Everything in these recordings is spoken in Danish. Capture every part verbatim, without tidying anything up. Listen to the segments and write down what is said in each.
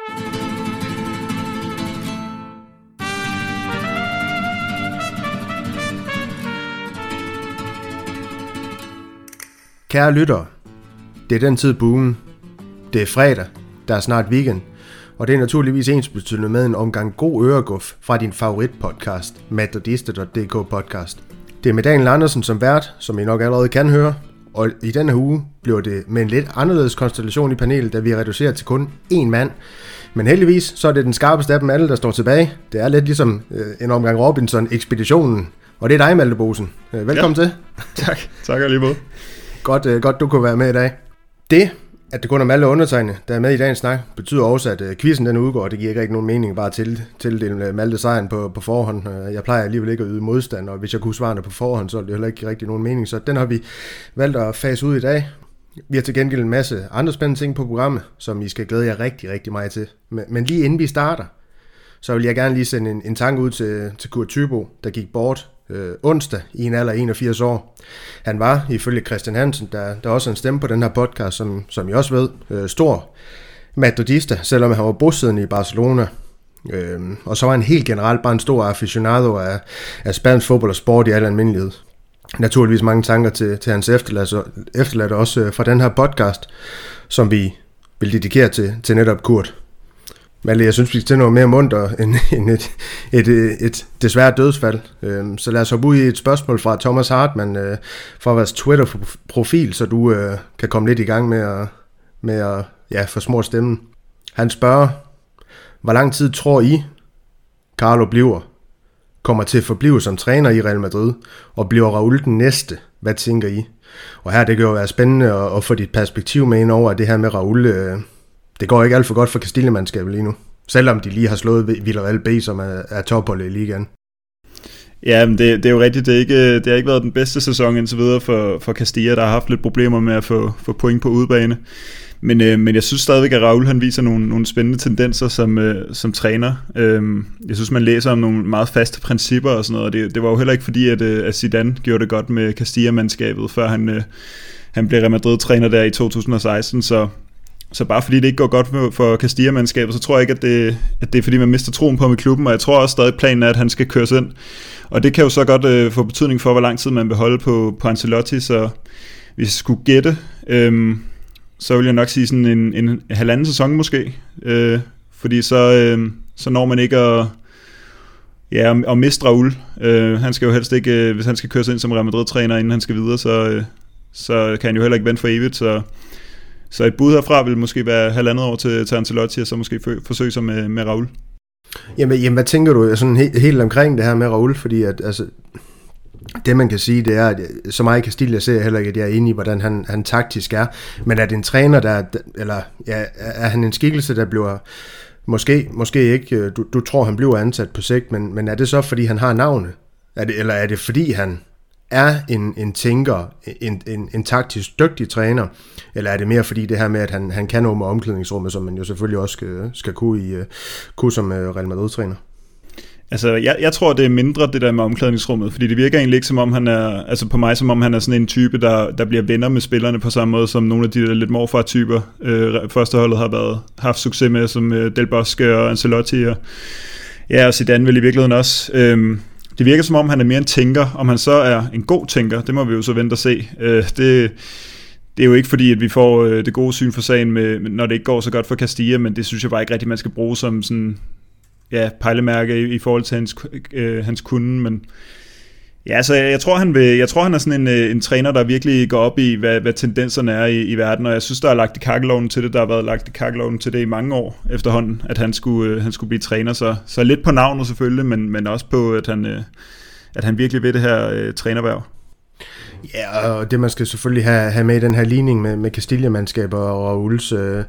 Kære lyttere, det er den tid på ugen. Det er fredag, der er snart weekend, og det er naturligvis ensbetydende med en omgang god øreguf fra din favoritpodcast, metodiste punktum d k podcast. Det er med Daniel Andersen som vært, som I nok allerede kan høre, og i denne uge bliver det med en lidt anderledes konstellation i panelet, da vi er reduceret til kun én mand. Men heldigvis så er det den skarpeste af dem alle, der står tilbage. Det er lidt ligesom øh, en omgang Robinson-ekspeditionen, og det er dig, Malte Bosen. Øh, velkommen ja. til. Tak, tak alligevel. Godt, øh, godt, du kunne være med i dag. Det, at det kun er Malte og undertegne, der er med i dagens snak, betyder også, at øh, quizzen den udgår, og det giver ikke rigtig nogen mening bare til tildele Malte sejren på, på forhånd. Jeg plejer alligevel ikke at yde modstand, og hvis jeg kunne svarene på forhånd, så er det heller ikke rigtig nogen mening. Så den har vi valgt at fase ud i dag. Vi har til gengæld en masse andre spændende ting på programmet, som I skal glæde jer rigtig, rigtig meget til. Men, men lige inden vi starter, så vil jeg gerne lige sende en, en tanke ud til, til Kurt Thyboe, der gik bort øh, onsdag i en alder af enogfirs år. Han var, ifølge Christian Hansen, der, der også er en stemme på den her podcast, som, som I også ved, øh, stor madridista, selvom han var bosiddende i Barcelona. Øh, og så var han helt generelt bare en stor aficionado af, af spansk fodbold og sport i al almindelighed. Naturligvis mange tanker til, til hans efterladte, efterladte også øh, fra den her podcast, som vi vil dedikere til, til netop Kurt. Malte, jeg synes, vi skal til noget mere munter end, end et, et, et, et desværre dødsfald. Øhm, så lad os hoppe ud i et spørgsmål fra Thomas Hartmann øh, fra vores Twitter-profil, så du øh, kan komme lidt i gang med at, med at ja, forsmå stemmen. Han spørger, hvor lang tid tror I, Carlo bliver, kommer til at forblive som træner i Real Madrid, og bliver Raúl den næste? Hvad tænker I? Og her, det kan jo være spændende at, at få dit perspektiv med ind over, at det her med Raúl... Øh, Det går ikke alt for godt for Castilla-mandskabet lige nu, selvom de lige har slået Villarreal B, som er, er topholdet i ligaen. Ja, men det, det er jo rigtigt. Det, er ikke, det har ikke været den bedste sæson indtil videre for, for Castilla, der har haft lidt problemer med at få, få point på udebane. Men, øh, men jeg synes stadigvæk, at Raúl han viser nogle, nogle spændende tendenser som, øh, som træner. Øh, jeg synes, man læser om nogle meget faste principper og sådan noget, og det, det var jo heller ikke fordi, at, at Zidane gjorde det godt med Castilla-mandskabet, før han, øh, han blev Real Madrid-træner der i to tusind og seksten, så Så bare fordi det ikke går godt for Castilla-mandskabet, så tror jeg ikke, at det, at det er fordi, man mister troen på ham i klubben, og jeg tror også stadig, planen er, at han skal køres ind. Og det kan jo så godt øh, få betydning for, hvor lang tid man vil holde på, på Ancelotti, så hvis jeg skulle gætte, øh, så vil jeg nok sige sådan en, en halvanden sæson måske, øh, fordi så, øh, så når man ikke at, ja, at miste Raúl. Øh, han skal jo helst ikke, øh, hvis han skal køres ind som Real Madrid-træner, inden han skal videre, så, øh, så kan han jo heller ikke vente for evigt, så Så et bud herfra vil måske være halvandet år til, til Ancelotti, og så måske forsøge sig med, med Raúl. Jamen, jamen, hvad tænker du sådan helt, helt omkring det her med Raúl? Fordi at, altså, det man kan sige, det er, at så meget Castilla ser heller ikke, at jeg er enig i, hvordan han, han taktisk er. Men er det en træner, der, eller ja, er han en skikkelse, der bliver, måske, måske ikke, du, du tror, han bliver ansat på sigt, men, men er det så, fordi han har navnet? Er det, eller er det, fordi han er en, en tænker, en, en, en taktisk dygtig træner, eller er det mere fordi det her med, at han, han kan noget med omklædningsrummet, som man jo selvfølgelig også skal, skal kunne, i, kunne som Real Madrid-træner? Altså, jeg, jeg tror, det er mindre det der med omklædningsrummet, fordi det virker egentlig ikke som om han er, altså på mig som om han er sådan en type, der, der bliver venner med spillerne på samme måde, som nogle af de der lidt morfar-typer, øh, førsteholdet har været, haft succes med, som øh, Del Bosque og Ancelotti, og ja, og Zidane vil i virkeligheden også. Øh, Det virker som om, han er mere en tænker. Om han så er en god tænker, det må vi jo så vente og se. Det, det er jo ikke fordi, at vi får det gode syn for sagen, med, når det ikke går så godt for Castilla, men det synes jeg bare ikke rigtig, man skal bruge som sådan, ja, pejlemærke i, i forhold til hans, øh, hans kunde. Men ja, altså, jeg tror, han vil, jeg tror, han er sådan en, en træner, der virkelig går op i, hvad, hvad tendenserne er i, i verden, og jeg synes, der er lagt i kakkelovnen til det. Der har været lagt i kakkelovnen til det i mange år efterhånden, at han skulle, han skulle blive træner. Så, så lidt på navnet selvfølgelig, men, men også på, at han, at han virkelig vil det her øh, trænerhverv. Ja, og det man skal selvfølgelig have, have med i den her ligning med, med Castilla-mandskaber og Raúls øh,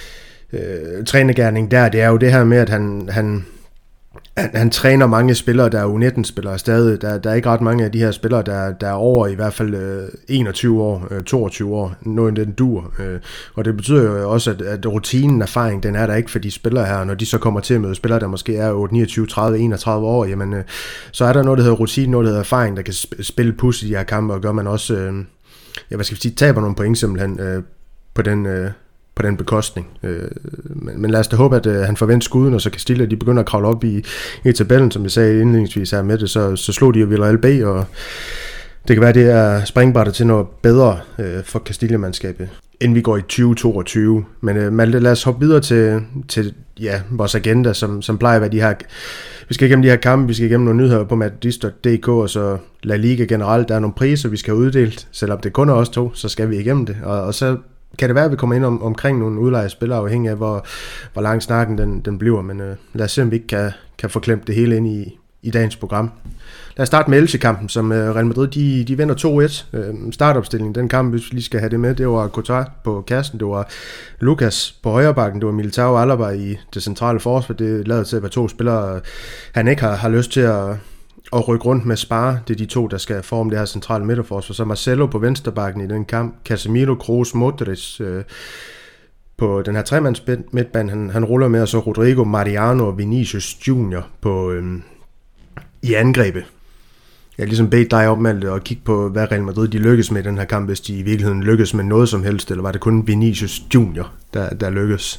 øh, trænergerning der, det er jo det her med, at han... han Han, han træner mange spillere, der er U nitten-spillere stadig. Der, der er ikke ret mange af de her spillere, der, der er over i hvert fald øh, enogtyve år, øh, toogtyve år, noget den dur. Øh, og det betyder jo også, at, at rutinen, erfaring, den er der ikke for de spillere her. Når de så kommer til at møde spillere, der måske er otte, niogtyve, tredive, enogtredive år, jamen, øh, så er der noget, der hedder rutine, noget, der hedder erfaring, der kan spille pus i de her kampe, og gør man også, øh, ja, hvad skal vi sige, taber nogle point simpelthen øh, på den... Øh, på den bekostning. Øh, men, men lad os da håbe, at øh, han forventer skuden, og så Castilla, de begynder at kravle op i, i tabellen, som jeg sagde indledningsvis her med det, så, så slog de jo Villarreal B, og det kan være, det er springbrættet til noget bedre øh, for Castilla-mandskabet, inden vi går i tyve toogtyve. Men øh, Malte, lad os hoppe videre til, til ja, vores agenda, som, som plejer at være de her... Vi skal igennem de her kampe, vi skal igennem nogle nyheder på madridist punktum d k, og så La Liga generelt. Der er nogle priser, vi skal have uddelt, selvom det kun er os to, så skal vi igennem det. Og, og så kan det være, at vi kommer ind om, omkring nogle udlejespillere, afhængig af, hvor, hvor lang snakken den, den bliver. Men øh, lad os se, om vi ikke kan, kan få klemt det hele ind i, i dagens program. Lad os starte med Elche-kampen, som øh, Real Madrid, de, de vinder to et. Øh, startopstillingen, den kamp, hvis vi lige skal have det med, det var Courtois på kassen, det var Lucas på højrebakken, det var Militao Alaba i det centrale forsvar. Det lader til at være to spillere, han ikke har, har lyst til at, at rykke rundt med spare. Det er de to, der skal forme det her centrale midterforsvar. Så Marcelo på venstrebakken i den kamp, Casemiro, Kroos, Modric øh, på den her tremands midtbane, han, han ruller med, og så Rodrigo, Mariano og Vinicius Junior på, øh, i angrebet. Jeg har ligesom bedt dig om at kigge på, hvad Real Madrid de lykkes med i den her kamp, hvis de i virkeligheden lykkes med noget som helst, eller var det kun Vinicius Junior, der, der lykkes?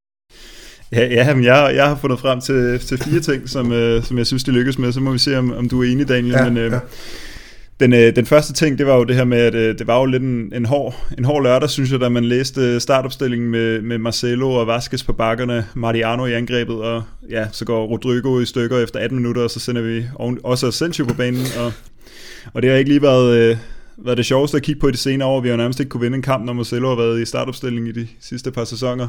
Ja, ja men jeg, jeg har fundet frem til, til fire ting, som, øh, som jeg synes, de lykkes med. Så må vi se, om, om du er enig, Daniel. Ja, men, øh, ja. Den, øh, den første ting, det var jo det her med, at øh, det var jo lidt en, en, hård, en hård lørdag, synes jeg, da man læste startopstillingen med, med Marcelo og Vázquez på bakkerne, Mariano i angrebet, og ja, så går Rodrigo i stykker efter atten minutter, og så sender vi også Asensio på banen, og, og det har ikke lige været, øh, været det sjoveste at kigge på i de senere år. Vi har nærmest ikke kunne vinde en kamp, når Marcelo har været i startopstillingen i de sidste par sæsoner.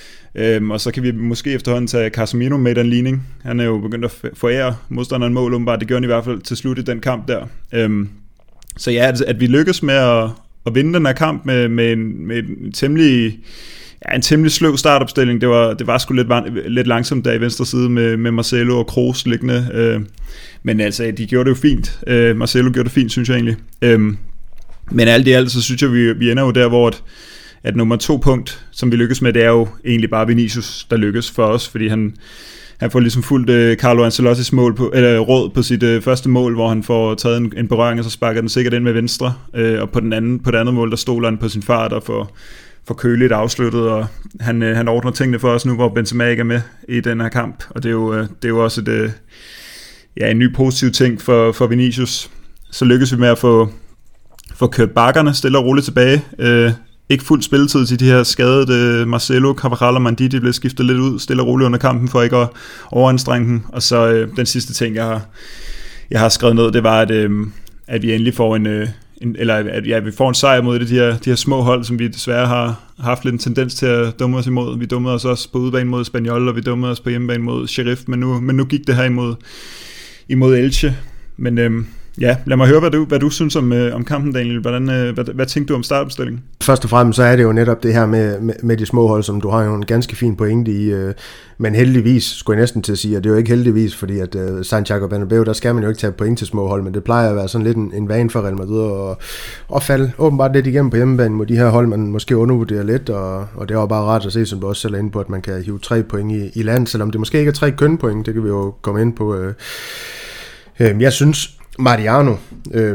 Øhm, og så kan vi måske efterhånden tage Casemiro med den ligning. Han er jo begyndt at forære modstanderen mål, åbenbart. Det gjorde han i hvert fald til slut i den kamp der. Øhm, så ja, at, at vi lykkes med at, at vinde den her kamp med, med, en, med en temmelig... Ja, en temmelig sløv startopstilling. Det var, det var sgu lidt, lidt langsomt der i venstre side med, med Marcelo og Kroos liggende. Øh, men altså, de gjorde det jo fint. Øh, Marcelo gjorde det fint, synes jeg egentlig. Øh, men alt i alt, så synes jeg, vi, vi ender jo der, hvor at, at nummer to punkt, som vi lykkes med, det er jo egentlig bare Vinicius, der lykkes for os, fordi han, han får ligesom fuldt øh, Carlo Ancelottis mål på, eller, råd på sit øh, første mål, hvor han får taget en, en berøring, og så sparker den sikkert ind med venstre. Øh, og på, den anden, på det andet mål, der stoler han på sin fart og får for køligt afsluttet, og han, øh, han ordner tingene for os nu, hvor Benzema ikke er med i den her kamp, og det er jo, øh, det er jo også et, øh, ja, en ny positiv ting for, for Vinicius. Så lykkes vi med at få, få kørt bakkerne stille og roligt tilbage. Øh, ikke fuld spilletid til de her skadede Marcelo, Carvajal og Mandi, de blev skiftet lidt ud stille og roligt under kampen, for ikke at overanstrenge dem. Og så øh, den sidste ting, jeg har, jeg har skrevet ned, det var, at, øh, at vi endelig får en... Øh, En, eller at ja, vi får en sejr mod det, de, her, de her små hold, som vi desværre har haft lidt en tendens til at dumme os imod. Vi dummede os også på udebane mod Espanyol, og vi dummede os på hjemmebane mod Sheriff, men nu, men nu gik det her imod, imod Elche. Men øhm, ja, lad mig høre, hvad du, hvad du synes om, øh, om kampen, Daniel. Hvordan, øh, hvad, hvad tænkte du om startopstillingen? Først og fremmest så er det jo netop det her med, med, med de små hold, som du har jo en ganske fin pointe i, øh, men heldigvis, skulle jeg næsten til at sige, at det er jo ikke heldigvis, fordi at øh, Santiago Bernabeu, der skal man jo ikke tage point til små hold, men det plejer at være sådan lidt en, en vane for Real Madrid og, og falde åbenbart lidt igennem på hjemmebane mod de her hold, man måske undervurderer lidt, og, og det er jo bare rart at se, som du også selv er inde på, at man kan hive tre point i, i land, selvom det måske ikke er tre kønpoint, det kan vi jo komme ind på. Øh, øh, jeg synes, Mariano, øh,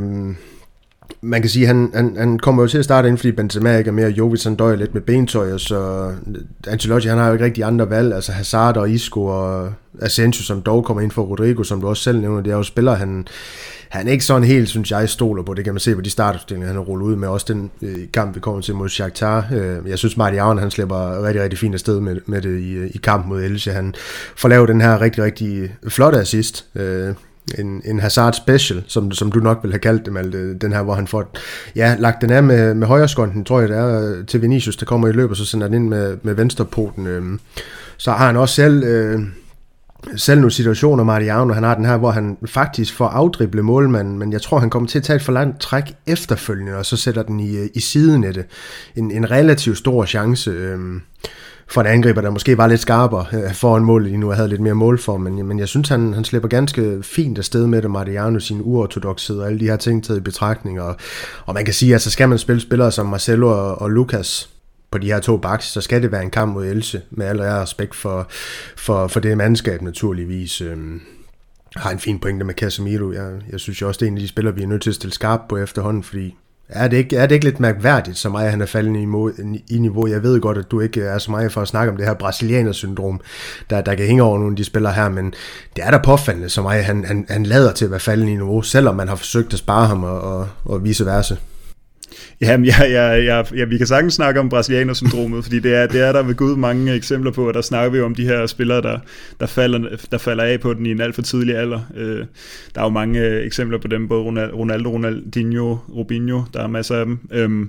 man kan sige, han, han, han kommer jo til at starte ind, fordi Benzema ikke er mere. Jovic, han døjer lidt med bentøj, og så Ancelotti, han har jo ikke rigtig andre valg, altså Hazard og Isco og Asensio, som dog kommer ind for Rodrigo, som du også selv nævner, det er jo spillere, han, han ikke sådan helt, synes jeg, stoler på. Det kan man se på de startopstillinger, han har rullet ud med, også den øh, kamp, vi kommer til mod Shakhtar. Øh, jeg synes, Mariano, han slipper rigtig, rigtig fint afsted med, med det i, i kampen mod Elche. Han får lavet den her rigtig, rigtig flotte assist, øh, En, en Hazard special, som, som du nok vil have kaldt det, Malte, den her, hvor han får ja, lagt den af med, med højreskonten, tror jeg det er, til Vinicius, der kommer i løb, og så sender den ind med, med venstrepoten. Øhm. Så har han også selv, øh, selv nogle situationer, Mariano, han har den her, hvor han faktisk får afdrible målmanden, men jeg tror, han kommer til at tage et for langt træk efterfølgende, og så sætter den i, i sidenettet. En, en relativt stor chance, øh, for en angriber, der måske var lidt skarpere øh, foran målet lige nu, og havde lidt mere målform, men, men jeg synes, han, han slipper ganske fint afsted med det, Mariano, sin uortodokshed og alle de her ting taget i betragtning, og, og man kan sige, at så skal man spille spillere som Marcelo og, og Lucas på de her to backs, så skal det være en kamp mod Elche, med al respekt for, for, for det mandskab naturligvis. Øhm, har en fin pointe med Casemiro. Jeg, jeg synes jo også, det er en af de spillere, vi er nødt til at stille skarpt på efterhånden, fordi Er det, ikke, er det ikke lidt mærkværdigt, så meget han er faldet i, i niveau? Jeg ved godt, at du ikke er så meget for at snakke om det her brasilianer-syndrom, der, der kan hænge over nogle af de spillere her, men det er da påfaldende, så meget han, han, han lader til at være faldet i niveau, selvom man har forsøgt at spare ham og, og, og vice versa. Jamen, ja, ja, ja, ja, vi kan sagtens snakke om brasilianer-syndromet, fordi det er, det er der ved Gud mange eksempler på, og der snakker vi om de her spillere, der, der, falder, der falder af på den i en alt for tidlig alder. Øh, der er jo mange øh, eksempler på dem, både Ronaldo, Ronaldinho, Robinho, der er masser af dem. Øh,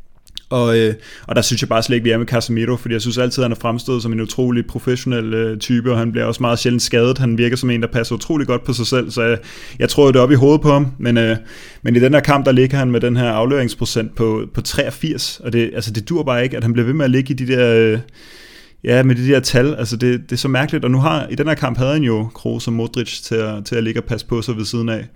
Og, øh, og der synes jeg bare slet ikke, vi er med Casemiro, fordi jeg synes altid, han er fremstået som en utrolig professionel øh, type, og han bliver også meget sjældent skadet. Han virker som en, der passer utrolig godt på sig selv, så jeg, jeg tror, det er oppe i hovedet på ham. Men, øh, men i den her kamp, der ligger han med den her afleveringsprocent på, på treogfirs, og det, altså, det dur bare ikke, at han bliver ved med at ligge i de der... Øh, ja, med de der tal. Altså, det, det er så mærkeligt, og nu har i den her kamp havde han jo Kroos og Modric til at, til at ligge og passe på sig ved siden af.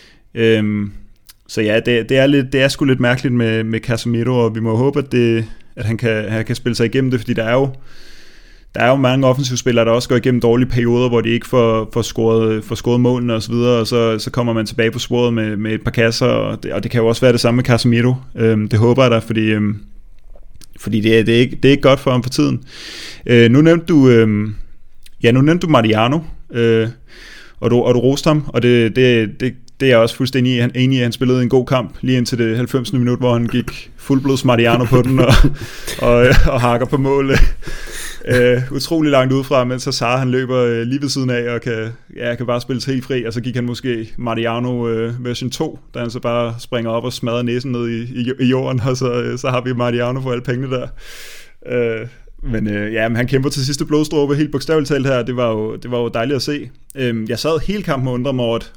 Øhm, Så ja, det, det, er lidt, det er sgu lidt mærkeligt med, med Casemiro, og vi må håbe, at, det, at han, kan, han kan spille sig igennem det, fordi der er jo, der er jo mange offensivspillere, der også går igennem dårlige perioder, hvor de ikke får, får, scoret, får scoret målene og så videre, og så, så kommer man tilbage på sporet med, med et par kasser, og det, og det kan jo også være det samme med Casemiro. Øhm, det håber jeg da, fordi, øhm, fordi det, er, det, er ikke, det er ikke godt for ham for tiden. Øh, nu nævnte du, øhm, ja, nu nævnte du Mariano, øh, og du, og du roste ham, og det, det, det Det er jeg også fuldstændig han, enig i. Han spillede en god kamp lige indtil det halvfemsende minut, hvor han gik fuldblods Mariano på den og, og, og hakker på mål. Uh, utrolig langt udefra, mens Hazard han løber lige ved siden af og kan, ja, kan bare spille helt fri. Og så gik han måske Mariano uh, version to, da han så bare springer op og smadrer næsen ned i, i, i jorden, og så, så har vi Mariano for alle pengene der. Uh, Men øh, ja, men han kæmper til sidste blodstråbe, helt bogstaveligt talt her. Det var jo, det var jo dejligt at se. Uh, jeg sad hele kampen og undrede mig over, at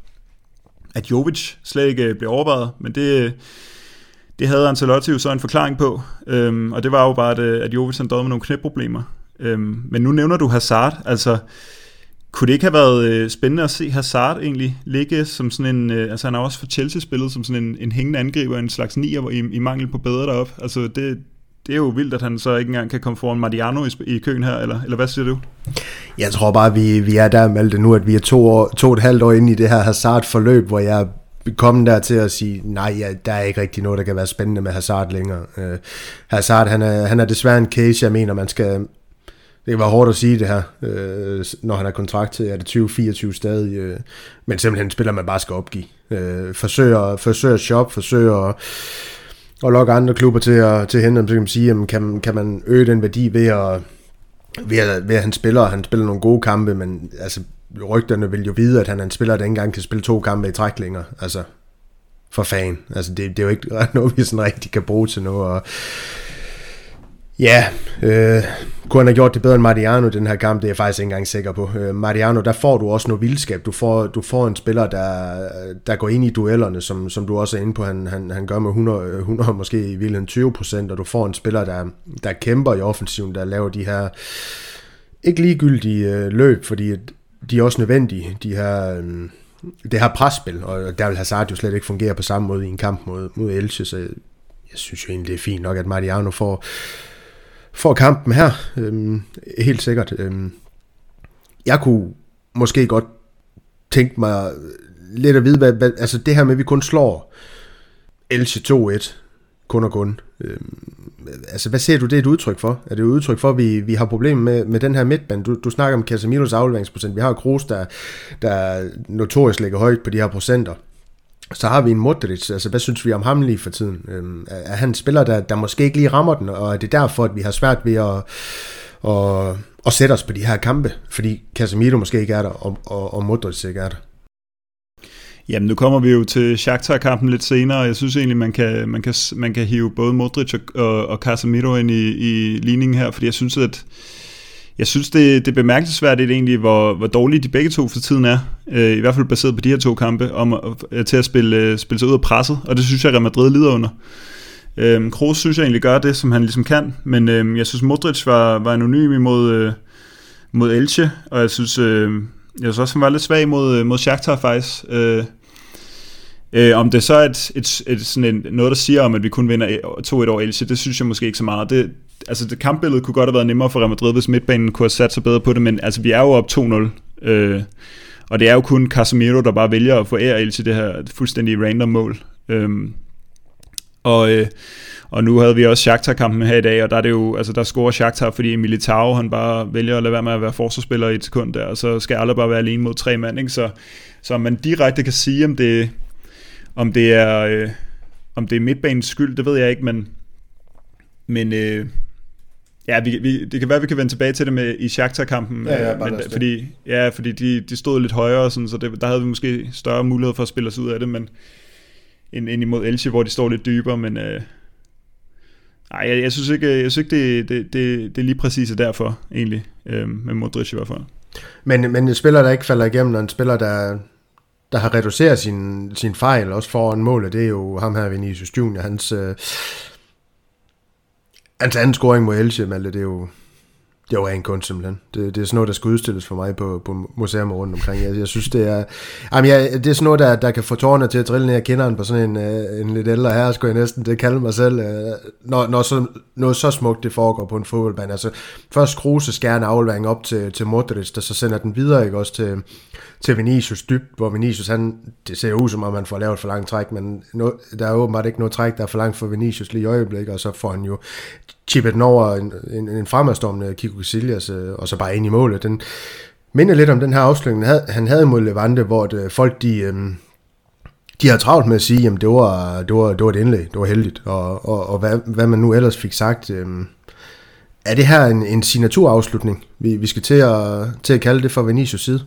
at Jovic slet ikke blev overvejet, men det, det havde Ancelotti jo så en forklaring på, øhm, og det var jo bare, at, at Jovic han døde med nogle knæproblemer. Øhm, men nu nævner du Hazard, altså kunne det ikke have været øh, spændende at se Hazard egentlig ligge som sådan en, øh, altså han har også for Chelsea spillet som sådan en, en hængende angriber, en slags nier i, i mangel på bedre deroppe, altså det, det er jo vildt, at han så ikke engang kan komme foran Mariano i, i køen her, eller, eller hvad siger du? Jeg tror bare, vi, vi er der med det nu, at vi er to, år, to og et halvt år inde i det her Hazard-forløb, hvor jeg er kommet der til at sige, nej, ja, der er ikke rigtig noget, der kan være spændende med Hazard længere. Uh, Hazard, han er, han er desværre en case, jeg mener, man skal... Det kan være hårdt at sige det her, øh, når han er kontrakt til, er det tyve fireogtyve stadig, øh, men simpelthen spiller man bare skal opgive. Øh, forsøger, forsøger at shop, forsøger at og lokke andre klubber til at, til at hente dem, så kan man sige, jamen, kan, kan man øge den værdi ved at, ved at, ved at han spiller, han spiller nogle gode kampe, men altså, rygterne vil jo vide, at han er en spiller, der ikke engang kan spille to kampe i træk længere, altså, for fan. Altså, det, det er jo ikke noget, vi sådan rigtig kan bruge til noget, og ja, øh, kunne han have gjort det bedre end Mariano i den her kamp, det er jeg faktisk ikke engang sikker på. Øh, Mariano, der får du også noget vildskab. Du får, du får en spiller, der, der går ind i duellerne, som, som du også er inde på. Han, han, han gør med hundrede, hundrede måske i virkeligheden tyve procent, og du får en spiller, der, der kæmper i offensiven, der laver de her ikke ligegyldige øh, løb, fordi de er også nødvendige, de her, øh, det her presspil, og der vil Hazard jo slet ikke fungere på samme måde i en kamp mod, mod Elche, så jeg, jeg synes jo egentlig, det er fint nok, at Mariano får for kampen her, øhm, helt sikkert. Øhm, jeg kunne måske godt tænke mig lidt at vide, hvad, hvad, altså det her med, at vi kun slår Elche to et, kun og kun. Øhm, altså, hvad ser du det et udtryk for? Er det et udtryk for, at vi, vi har problemer med, med den her midtbane? Du, du snakker om Casemiros afleveringsprocent. Vi har Kroos, der, der notorisk ligger højt på de her procenter. Så har vi en Modric, altså hvad synes vi om ham lige for tiden? Øhm, er han en spiller, der, der måske ikke lige rammer den, og er det derfor, at vi har svært ved at, at, at sætte os på de her kampe? Fordi Casemiro måske ikke er der, og, og, og Modric ikke er der. Jamen nu kommer vi jo til Shakhtar-kampen lidt senere, og jeg synes egentlig, man kan, man kan, man kan hive både Modric og, og, og Casemiro ind i, i ligningen her, fordi jeg synes, at Jeg synes, det, det er bemærkelsesværdigt egentlig, hvor, hvor dårlige de begge to for tiden er. Øh, I hvert fald baseret på de her to kampe, om, øh, til at spille, spille sig ud af presset. Og det synes jeg, Real Madrid lider under. Øh, Kroos synes jeg egentlig gør det, som han ligesom kan. Men øh, jeg synes, Modric var, var anonym imod øh, mod Elche. Og jeg synes, øh, jeg synes også, han var lidt svag mod, mod Shakhtar faktisk. Øh, øh, om det så er et, et, et, sådan en, noget, der siger om, at vi kun vinder to et over Elche, det synes jeg måske ikke så meget. Det Altså det kampbillede kunne godt have været nemmere for Real Madrid, hvis midtbanen kunne have sat sig bedre på det, men altså vi er jo op to nul, øh, og det er jo kun Casemiro, der bare vælger at få ære til det her fuldstændig random mål. Øh, Og, øh, og nu havde vi også Shakhtar-kampen her i dag, og der er det jo, altså der scorer Shakhtar, fordi Militao, han bare vælger at lade være med at være forsvarsspiller i et sekund der, og så skal alle bare være alene mod tre mand, ikke? Så, så man direkte kan sige, om det, om det er, øh, om det er midtbanens skyld, det ved jeg ikke, men, men øh, ja, vi, vi, det kan være, vi kan vende tilbage til det med i Shakhtar-kampen, ja, ja, men, fordi, ja, fordi de, de stod lidt højere, sådan, så det, der havde vi måske større mulighed for at spille os ud af det, men ind, ind imod Elche, hvor de står lidt dybere, men øh, nej, jeg, jeg synes ikke, jeg synes ikke det, det, det, det er lige præcis derfor, egentlig, øh, med Modric i hvert fald. Men, men en spiller, der ikke falder igennem, og en spiller, der, der har reduceret sin, sin fejl, også foran målet, det er jo ham her, Vinicius Junior, hans, øh, hans anden scoring mod Elche, Malte, det er jo, det er jo en kunst simpelthen. Det, det er sådan noget, der skal udstilles for mig på, på museer rundt omkring. Jeg, jeg synes, det er, jamen jeg, det er sådan noget, der, der kan få tårerne til at trille ned af kinderen på sådan en, uh, en lidt ældre herre, skulle jeg næsten det kalde mig selv, uh, når, når så, noget så smukt det foregår på en fodboldbane. Altså, først Kruse skærer en aflevering op til, til Modric, der så sender den videre, ikke også til, til Vinicius dybt, hvor Vinicius, han, det ser ud som om han får lavet for langt træk, men no, der er åbenbart ikke noget træk, der er for langt for Vinicius lige i øjeblikket, og så får han jo chippet den over en, en, en fremadstormende Kiko Casillas, og så bare ind i målet. Den minder lidt om den her afslutning, han havde mod Levante, hvor det, folk de, øhm, de har travlt med at sige, at det var, det, var, det var et indlæg, det var heldigt, og, og, og hvad, hvad man nu ellers fik sagt. Øhm, er det her en, en signaturafslutning, vi, vi skal til at, til at kalde det fra Vinicius' side?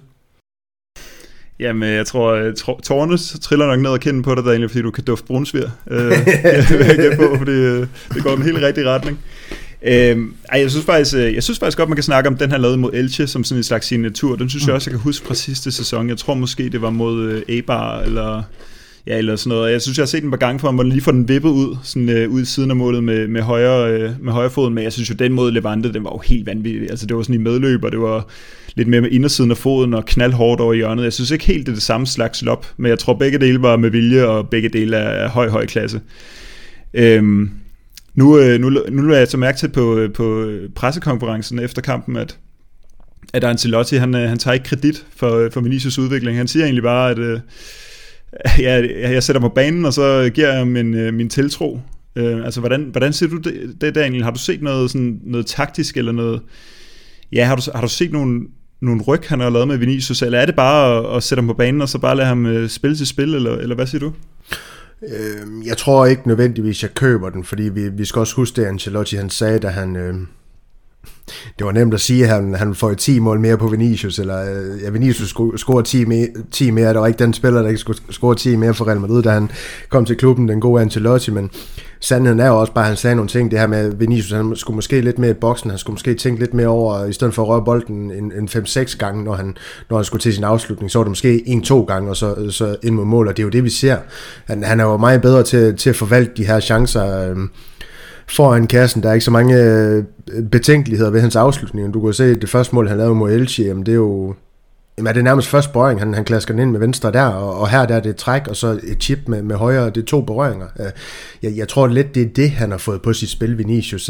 Jamen, jeg tror, tårne triller nok ned og kende på dig, Daniel, fordi du kan dufte brunsviger. Øh, det vil jeg gætte på, fordi øh, det går den helt rigtige retning. Øh, ej, jeg synes faktisk, jeg synes faktisk godt, man kan snakke om den her lavet mod Elche, som sådan en slags signatur. Den synes jeg også, jeg kan huske fra sidste sæson. Jeg tror måske, det var mod øh, Eibar, eller, ja, eller sådan noget. Jeg synes, jeg har set den par gange for, hvor man lige får den vippet ud, sådan, øh, ud i siden af målet med, med, højre, øh, med højre foden. Men jeg synes jo, den mod Levante, den var jo helt vanvittig. Altså, det var sådan i medløb, og det var lidt mere med indersiden af foden og knaldhårdt over hjørnet. Jeg synes ikke helt, det er det samme slags lop, men jeg tror, begge dele var med vilje, og begge dele er høj, høj klasse. Øhm, nu, nu, nu er jeg så mærke til på, på pressekonferencen efter kampen, at, at Ancelotti, han, han tager ikke kredit for, for Vinicius' udvikling. Han siger egentlig bare, at øh, ja, jeg sætter mig på banen, og så giver jeg min, min tiltro. Øh, altså, hvordan, hvordan ser du det, det, Daniel? Har du set noget, sådan, noget taktisk, eller noget? Ja, har du, har du set nogle, nogle ryg, han har lavet med Vinicius, eller er det bare at, at sætte ham på banen, og så bare lade ham spille til spil, eller, eller hvad siger du? Øh, jeg tror ikke nødvendigvis, jeg køber den, fordi vi, vi skal også huske det, Ancelotti han sagde, da han... Øh, det var nemt at sige, at han, han får ti mål mere på Vinicius, eller ja, Vinicius scorer ti, ti mere, der var ikke den spiller, der ikke skulle score ti mere for Real Madrid, da han kom til klubben, den gode Ancelotti, men sandheden er jo også bare, at han sagde nogle ting, det her med Vinicius, han skulle måske lidt mere i boksen, han skulle måske tænke lidt mere over, i stedet for at røre bolden en, en fem seks gange, når han, når han skulle til sin afslutning, så var det måske en to gange, og så, så ind mod mål, og det er jo det, vi ser. Han, han er jo meget bedre til, til at forvalte de her chancer, øh, foran kassen. Der er ikke så mange betænkeligheder ved hans afslutning. Du kan se, at det første mål, han lavede mod Elche, jamen det er jo... Jamen er det nærmest første berøring, han, han klasker den ind med venstre der, og, og her der er det et træk, og så et chip med, med højre, det er to berøringer. Jeg, jeg tror lidt, det er det, han har fået på sit spil, Vinicius.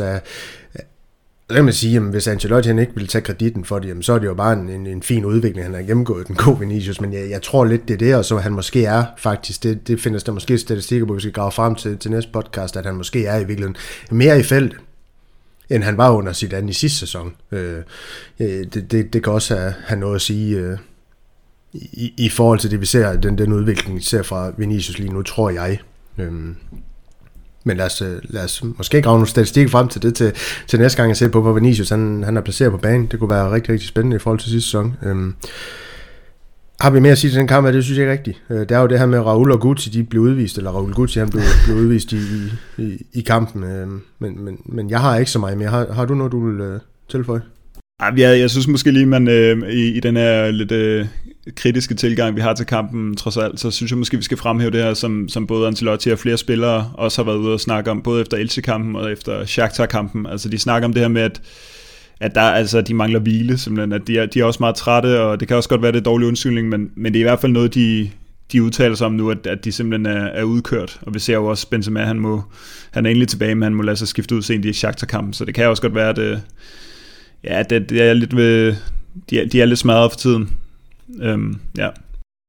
Lad mig sige, jamen, hvis Ancelotti han ikke vil tage kreditten for det, jamen, så er det jo bare en, en, en fin udvikling, han har gennemgået, den gode Vinicius, men jeg, jeg tror lidt, det er det, og så han måske er faktisk, det, det findes der måske statistikker på, vi skal grave frem til, til næste podcast, at han måske er i virkeligheden mere i feltet, end han var under sit andet i sidste sæson. Øh, det, det, det kan også have, have noget at sige øh, i, i forhold til det, vi ser, den, den udvikling, vi ser fra Vinicius lige nu, tror jeg. Øh, Men lad os, lad os måske grave nogle statistikker frem til det til, til næste gang at se på, hvor Vinicius han, han er placeret på banen. Det kunne være rigtig, rigtig spændende i forhold til sidste sæson. Øhm, har vi mere at sige til den kamp? Det synes jeg ikke rigtigt. Øh, det er jo det her med Raul og Guti, de blev udvist, eller Raul Guti han blev, blev udvist i, i, i kampen. Øhm, men, men, men jeg har ikke så meget mere. Har, har du noget, du vil øh, tilføje? Ja, jeg synes måske lige, man øh, i, i den her lidt øh, kritiske tilgang, vi har til kampen, trods alt, så synes jeg måske, vi skal fremhæve det her, som, som både Ancelotti og flere spillere også har været ude og snakke om, både efter Elche-kampen og efter Shakhtar-kampen. Altså, de snakker om det her med, at, at der, altså, de mangler hvile, simpelthen. At de er, de er også meget trætte, og det kan også godt være, det er dårlig undskyldning, men, men det er i hvert fald noget, de, de udtaler sig om nu, at, at de simpelthen er, er udkørt. Og vi ser jo også, Benzema, han, må, han er egentlig tilbage, men han må lade sig skifte ud sent i Shakhtar-kampen, så det kan også godt være, at ja, det, det er lidt ved, de, er, de er lidt smadret for tiden. Øhm, ja.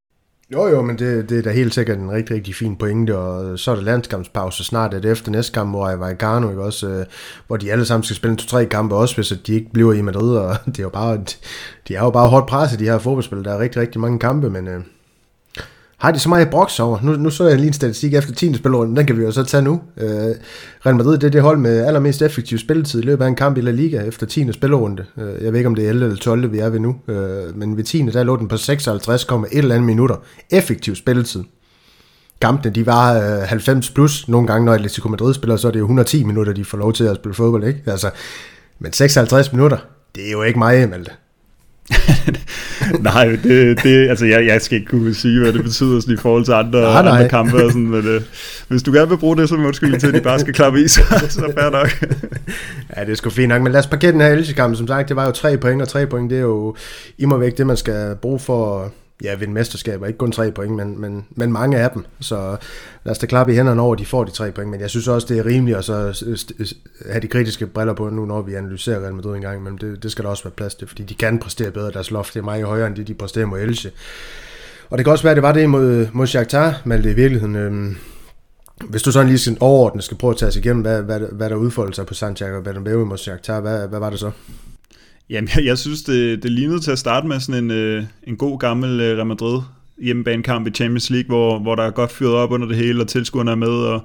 Jo jo, men det, det er da helt sikkert en rigtig, rigtig fin pointe, og så er der landskampspause snart, at efter næste kamp, hvor jeg var i Garno, ikke også, øh, hvor de alle sammen skal spille to-tre kampe også, hvis de ikke bliver i Madrid, og det er jo bare, de er jo bare hårdt presset, de her fodboldspil, der er rigtig, rigtig mange kampe, men øh, har de så meget broks over? Nu, nu så jeg lige en statistik efter tiende spillerunde, den kan vi jo så tage nu. Øh, Real Madrid, det er det hold med allermest effektiv spilletid i løbet af en kamp i La Liga efter tiende spillerunde. Øh, jeg ved ikke, om det er elleve eller tolv, vi er ved nu, øh, men ved tiende der lå den på seksoghalvtreds komma et eller andet minutter. Effektiv spilletid. Kampene, de var øh, halvfems plus. Nogle gange, når Atletico Madrid spiller, så er det jo et hundrede og ti minutter, de får lov til at spille fodbold, ikke? Altså, men seksoghalvtreds minutter, det er jo ikke meget, Malte. Nej, det, det, altså jeg, jeg skal ikke kunne sige, hvad det betyder sådan, i forhold til andre, nej, nej. andre kampe. Og sådan, men, øh, hvis du gerne vil bruge det, så må undskyld til, at de bare skal klappe i, så, så fair nok. Ja, det er sgu fint nok, men lad os parkere den her Elche-kamp. Som sagt, det var jo tre point, og tre point, det er jo immer væk det, man skal bruge for ja, vinde mesterskaber. Ikke kun tre point, men, men, men mange af dem. Så lad os da klappe i hænderne over, at de får de tre point. Men jeg synes også, det er rimeligt at så have de kritiske briller på nu, når vi analyserer Real Madrid en gang. Men det, det skal der også være plads til, fordi de kan præstere bedre. Deres loft er meget højere, end det, de præsterer mod Elche. Og det kan også være, at det var det mod, mod Shakhtar, Malte, i virkeligheden. Øhm, hvis du sådan lige sådan overordnet skal prøve at tage os igennem, hvad, hvad, hvad der udfolder sig på Santiago Bernabeu mod Shakhtar, hvad, hvad var det så? Jamen, jeg, jeg synes, det, det lignede til at starte med sådan en, øh, en god gammel øh, Real Madrid hjemmebanekamp i Champions League, hvor, hvor der er godt fyret op under det hele, og tilskuerne er med, og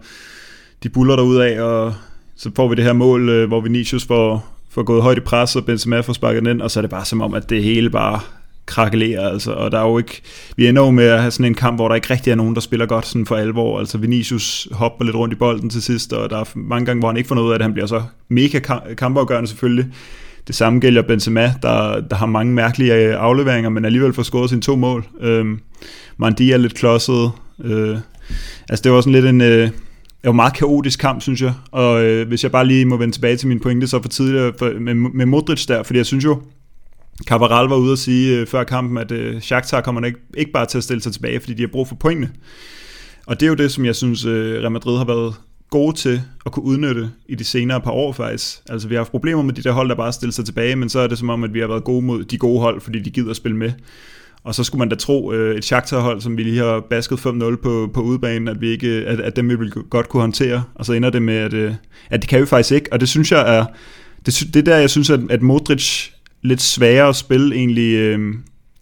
de buller derudad, og så får vi det her mål, øh, hvor Vinicius får, får gået højt i pres, og Benzema får sparket den ind, og så er det bare som om, at det hele bare krakelerer, altså, og der er jo ikke, vi ender jo med at have sådan en kamp, hvor der ikke rigtig er nogen, der spiller godt sådan for alvor, altså Vinicius hopper lidt rundt i bolden til sidst, og der er mange gange, hvor han ikke får noget ud af det, han bliver så mega kampafgørende selvfølgelig. Det samme gælder Benzema, der, der har mange mærkelige afleveringer, men alligevel får scoret sine to mål. Øhm, Mandi er lidt klodset. Øh, altså det var sådan lidt en øh, en meget kaotisk kamp, synes jeg. Og øh, hvis jeg bare lige må vende tilbage til min pointe, så for tidligere for, med, med Modric der, fordi jeg synes jo, Cabral var ude at sige øh, før kampen, at øh, Shakhtar kommer ikke, ikke bare til at stille sig tilbage, fordi de har brug for pointene. Og det er jo det, som jeg synes, øh, Real Madrid har været gode til at kunne udnytte i de senere par år faktisk. Altså vi har haft problemer med de der hold, der bare stiller sig tilbage, men så er det som om, at vi har været gode mod de gode hold, fordi de gider at spille med. Og så skulle man da tro, øh, et Shakhtar-hold, som vi lige har basket fem nul på, på udebanen, at, vi ikke, at, at dem vi vil godt kunne håndtere, og så ender det med, at, øh, at det kan vi faktisk ikke. Og det synes jeg er, det, det der jeg synes, at, at Modric lidt sværere at spille egentlig, øh,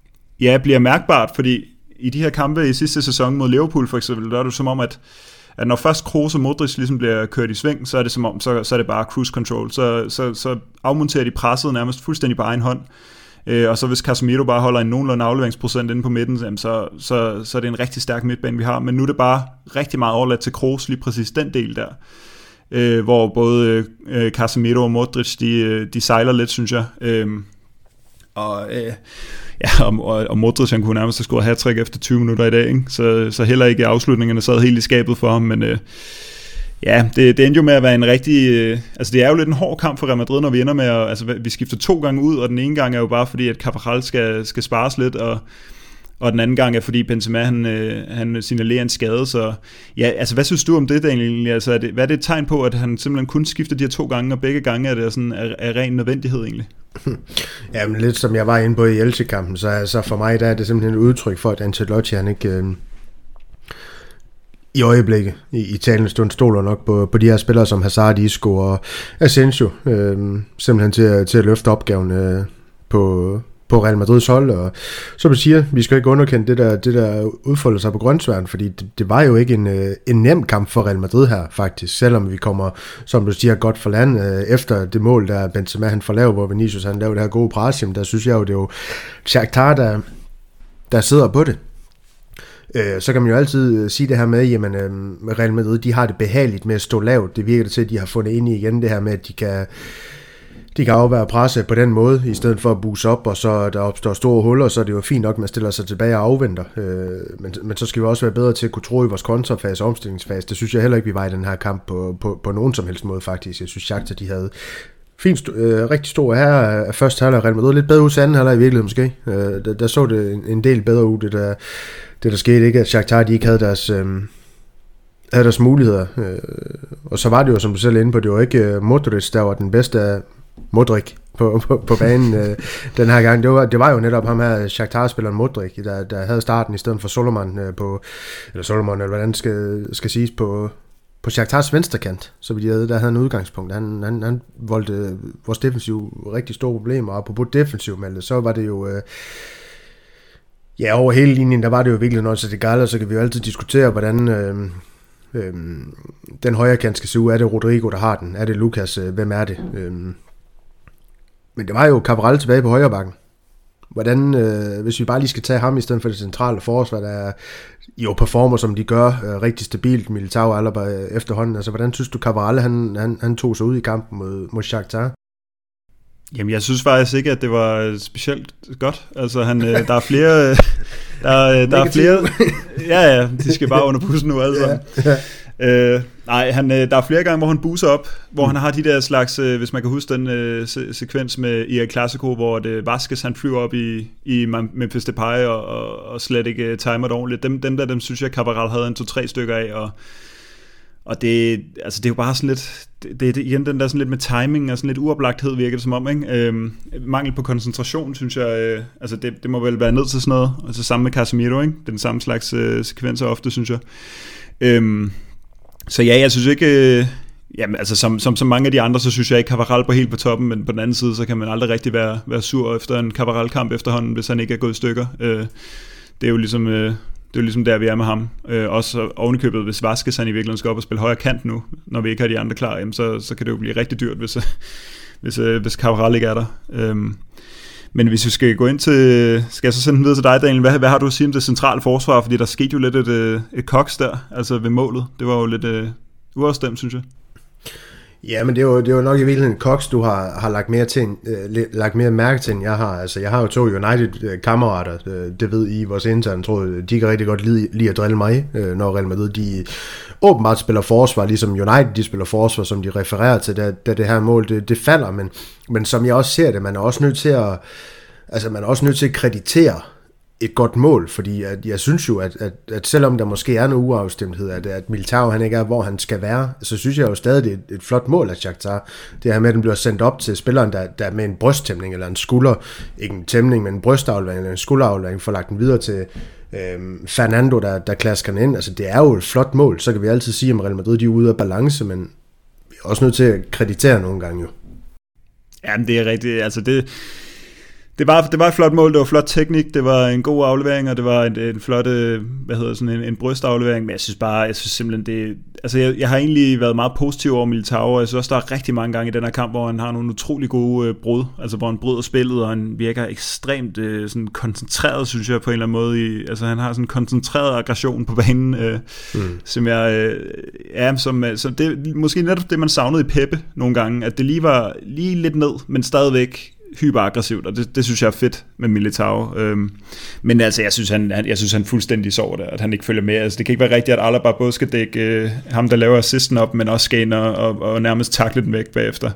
ja, bliver mærkbart, fordi i de her kampe i sidste sæson mod Liverpool for eksempel, der er det som om, at at når først Kroos og Modric ligesom bliver kørt i sving, så er det som om, så, så er det bare cruise control. Så, så, så afmonterer de presset nærmest fuldstændig på egen hånd. Øh, og så hvis Casemiro bare holder en nogenlunde afleveringsprocent inde på midten, jamen så, så, så er det en rigtig stærk midtbane, vi har. Men nu er det bare rigtig meget overladt til Kroos, lige præcis den del der. Øh, hvor både øh, Casemiro og Modric, de, de sejler lidt, synes jeg. Øh, og... Øh, Ja, og, og Modric, han kunne nærmest have scoret hat-trick efter tyve minutter i dag, ikke? Så, så heller ikke afslutningerne sad helt i skabet for ham, men øh, ja, det, det endte jo med at være en rigtig, øh, altså det er jo lidt en hård kamp for Real Madrid, når vi ender med at, altså vi skifter to gange ud, og den ene gang er jo bare fordi, at Cabral skal, skal spares lidt, og, og den anden gang er fordi Benzema, han, øh, han signalerer en skade, så ja, altså hvad synes du om det egentlig? Altså er det, hvad er det et tegn på, at han simpelthen kun skifter de her to gange, og begge gange er det sådan er, er ren nødvendighed egentlig? Jamen lidt som jeg var inde på i Elche-kampen, så altså for mig der er det simpelthen et udtryk for, at Ancelotti han ikke øh, i øjeblikket i, i talende stund stoler nok på, på de her spillere som Hazard, Isco og Asensio, øh, simpelthen til, til at løfte opgaven øh, på, på Real Madrids hold, og som du siger, vi skal ikke underkende det der, det der udfolder sig på grøntsværen, fordi det, det var jo ikke en, en nem kamp for Real Madrid her, faktisk, selvom vi kommer, som du siger, godt for land, øh, efter det mål, der Benzema han får lavet, hvor Vinicius han lavede det her gode pres, der synes jeg jo, det er jo Shakhtar, der, der sidder på det. Øh, så kan man jo altid sige det her med, jamen øh, Real Madrid, de har det behageligt med at stå lavt, det virker det til, at de har fundet ind i igen det her med, at de kan De kan afvære presse på den måde, i stedet for at buse op, og så der opstår store huller, så er det jo fint nok, at man stiller sig tilbage og afventer. Øh, men, men så skal vi også være bedre til at kunne tro i vores kontrafase og omstillingsfase. Det synes jeg heller ikke, vi var i den her kamp på, på, på nogen som helst måde, faktisk. Jeg synes, Shakhtar, de havde fint, øh, rigtig stor her af første halvleg. Real Madrid lidt bedre ud til anden halvleg i virkeligheden måske. Øh, der, der så det en, en del bedre ud, det der, det der skete, ikke? At Shakhtar, de ikke havde deres... Øh, havde deres muligheder. Øh, og så var det jo, som du selv er inde på, det var ikke Modric, der var den bedste af Modric, på, på, på banen øh, den her gang. Det var, det var jo netop ham her, Shakhtar-spilleren Modric, der, der havde starten i stedet for Solomon øh, på, eller Solomon, eller hvordan skal, skal siges, på, på Shakhtars venstrekant, så vi havde, der havde en udgangspunkt. Han, han, han voldte vores defensiv rigtig store problemer, og apropos defensiv, Malte, så var det jo... Øh, ja, over hele linjen, der var det jo virkelig noget, så det gælder, så kan vi jo altid diskutere, hvordan... Øh, Øhm, den højre kant skal se ud. Er det Rodrigo, der har den? Er det Lucas? Øh, hvem er det? Øhm, men det var jo Cabral tilbage på højre bakken. Hvordan, øh, hvis vi bare lige skal tage ham i stedet for det centrale forsvar, der jo performer, som de gør, øh, rigtig stabilt, Militao og Alaba efterhånden. Altså, hvordan synes du, Cabral, han, han, han tog sig ud i kampen mod, mod Shakhtar? Jamen, jeg synes faktisk ikke, at det var specielt godt. Altså, han, der er flere... Der, der er flere... Ja, ja, de skal bare under bussen nu, alle sammen. Ja, ja. Øh, nej, han, der er flere gange, hvor han buser op, hvor mm. han har de der slags, hvis man kan huske den uh, se- sekvens med i El Clasico, hvor det Vasquez, han flyver op i, i Memphis Depay og, og, og slet ikke uh, timer det ordentligt. Dem, dem der, dem synes jeg, Cabral havde en to-tre stykker af, og Og det, altså det er jo bare sådan lidt, det, det er igen den der sådan lidt med timing og sådan lidt uoplagthed virker det som om, ikke? Øhm, mangel på koncentration, synes jeg, øh, altså det, det må vel være ned til sådan noget, altså sammen med Casemiro, ikke? Det er den samme slags øh, sekvenser ofte, synes jeg. Øhm, så ja, jeg synes ikke, øh, jamen altså som, som, som mange af de andre, så synes jeg ikke Cabral på helt på toppen, men på den anden side, så kan man aldrig rigtig være, være sur efter en Cabral-kamp efterhånden, hvis han ikke er gået i stykker. Øh, det er jo ligesom... Øh, Det er jo ligesom der, vi er med ham. Øh, også ovenikøbet, hvis Vasquez han i virkeligheden skal op og spille højre kant nu, når vi ikke har de andre klar, jamen, så, så kan det jo blive rigtig dyrt, hvis, hvis, hvis Cabral ikke er der. Øhm, men hvis vi skal gå ind til... Skal jeg så sende den videre til dig, Daniel? Hvad, hvad har du at sige om det centrale forsvar? Fordi der skete jo lidt et, et koks der, altså ved målet. Det var jo lidt uh, uafstemt, synes jeg. Ja, men det er jo, det er jo nok i virkeligheden Cox, du har, har lagt, mere til, øh, lagt mere mærke til, end jeg har. Altså, jeg har jo to United-kammerater, øh, det ved I, vores interne, tror jeg, de kan rigtig godt lide, lide at drille mig, øh, når Real Madrid, de åbenbart spiller forsvar, ligesom United, de spiller forsvar, som de refererer til, da, da det her mål, det, det falder, men, men som jeg også ser det, man er også nødt til at, altså, man er også nødt til at kreditere et godt mål, fordi at jeg synes jo, at, at, at selvom der måske er noget uafstemthed, at, at Militao han ikke er, hvor han skal være, så synes jeg jo stadig, det er et, et flot mål af Shakhtar. Det her med, at den bliver sendt op til spilleren, der, der med en brysttæmning eller en skulder, ikke en tæmning, men en brystaflevering eller en skulderaflevering, får lagt den videre til øhm, Fernando, der, der klasker den ind. Altså det er jo et flot mål, så kan vi altid sige, at Real Madrid de er ude af balance, men vi er også nødt til at kreditere nogle gange jo. Jamen det er rigtigt, altså det... Det var, det var et flot mål, det var flot teknik, det var en god aflevering, og det var en, en flot, hvad hedder sådan en, en brystaflevering, men jeg synes bare, jeg synes simpelthen det, altså jeg, jeg har egentlig været meget positiv over Militao, og jeg synes også, der er rigtig mange gange i den her kamp, hvor han har nogle utrolig gode øh, brud, altså hvor han bryder spillet, og han virker ekstremt øh, sådan koncentreret, synes jeg på en eller anden måde, i, altså han har sådan en koncentreret aggression på banen, øh, mm. som jeg, øh, ja, som, som det måske netop det, man savnede i Pepe nogle gange, at det lige var lige lidt ned, men stadigvæk hyperaggressivt, og det, det synes jeg er fedt med Militao. Øhm, men altså, jeg synes, han, jeg synes, han fuldstændig sover der, at han ikke følger med. Altså, det kan ikke være rigtigt, at Alaba både skal dække øh, ham, der laver assisten op, men også skal ind og, og, og nærmest takle den væk bagefter.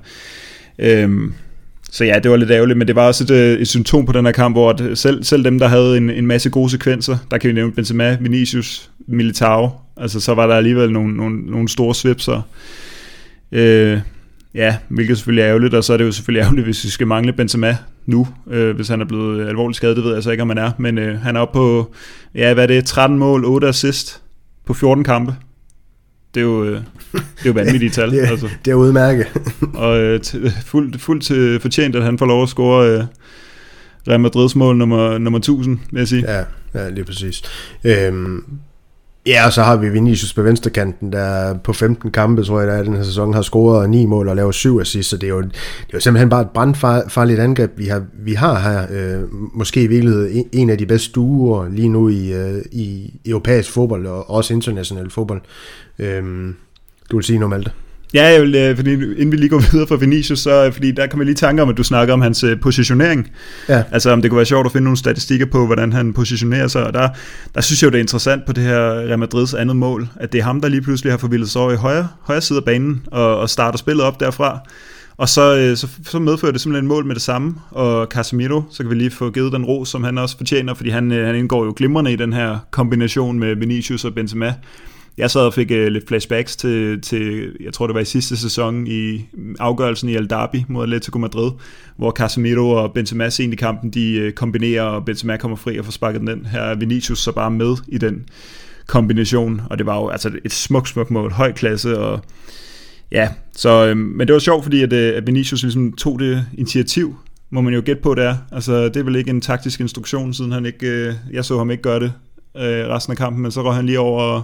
Øhm, så ja, det var lidt ærgerligt, men det var også et, et symptom på den her kamp, hvor selv, selv dem, der havde en, en masse gode sekvenser, der kan vi nævne Benzema, Vinicius, Militao, altså så var der alligevel nogle, nogle, nogle store svipser. Øh, Ja, hvilket selvfølgelig er ærgerligt, og så er det jo selvfølgelig ærgerligt, hvis vi skal mangle Benzema nu, øh, hvis han er blevet alvorligt skadet, det ved jeg så ikke, om han er, men øh, han er oppe på, ja, hvad er det, tretten mål, otte assist på fjorten kampe. Det er jo, øh, det er jo vanvittigt tal. det, er, altså. det er udmærket. og øh, t- fuldt, fuldt til fortjent, at han får lov at score øh, Real Madrids mål nummer, nummer tusind, vil jeg sige. Ja, ja lige præcis. Øhm Ja, og så har vi Vinicius på venstrekanten, der på femten kampe, tror jeg, der er den her sæson, har scoret ni mål og lavet syv assist, så det er jo, det er jo simpelthen bare et brandfarligt angreb, vi har, vi har her. Øh, måske i virkeligheden en af de bedste duoer lige nu i, øh, i europæisk fodbold, og også international fodbold. Øh, du vil sige noget, Malte? Ja, jeg vil, fordi inden vi lige går videre fra Vinicius, så fordi der kan man lige tanke om, at du snakker om hans positionering. Ja. Altså om det kunne være sjovt at finde nogle statistikker på, hvordan han positionerer sig, og der, der synes jeg jo, det er interessant på det her Real Madrids andet mål, at det er ham, der lige pludselig har forvildet sig over i højre, højre side af banen, og, og starter spillet op derfra. Og så, så, så medfører det simpelthen mål med det samme, og Casemiro, så kan vi lige få givet den ros, som han også fortjener, fordi han, han indgår jo glimrende i den her kombination med Vinicius og Benzema. jeg sad og fik uh, lidt flashbacks til, til, jeg tror det var i sidste sæson i afgørelsen i Al Derby mod Atletico Madrid, hvor Casemiro og Benzema sent i kampen, de uh, kombinerer, og Benzema kommer fri og får sparket den ind. Her er Vinicius så bare med i den kombination, og det var jo altså et smukt, smukt mål, høj klasse, og ja, så, øh, men det var sjovt, fordi at, at Vinicius ligesom tog det initiativ, må man jo gætte på, det er. Altså, det er vel ikke en taktisk instruktion, siden han ikke, øh, jeg så ham ikke gøre det øh, resten af kampen, men så røg han lige over, og,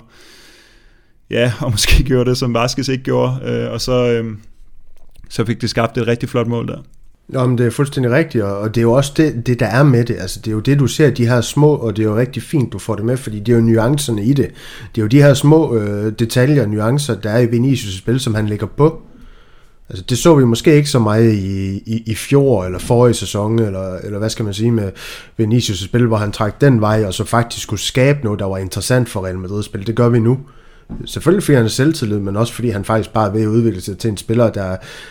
ja, og måske gjorde det, som Vázquez ikke gjorde, øh, og så, øh, så fik det skabt et rigtig flot mål der. Nå, men det er fuldstændig rigtigt, og det er jo også det, det, der er med det. Altså, det er jo det, du ser, de her små, og det er jo rigtig fint, du får det med, fordi det er jo nuancerne i det. Det er jo de her små øh, detaljer og nuancer, der er i Vinicius' spil, som han lægger på. Altså, det så vi måske ikke så meget i, i, i fjor, eller forrige sæson, eller, eller hvad skal man sige, med Vinicius' spil, hvor han trak den vej, og så faktisk kunne skabe noget, der var interessant for Real Madrid-spil. Det gør vi nu. Selvfølgelig fordi han er selvtillid, men også fordi han faktisk bare er ved at udvikle sig til en spiller, der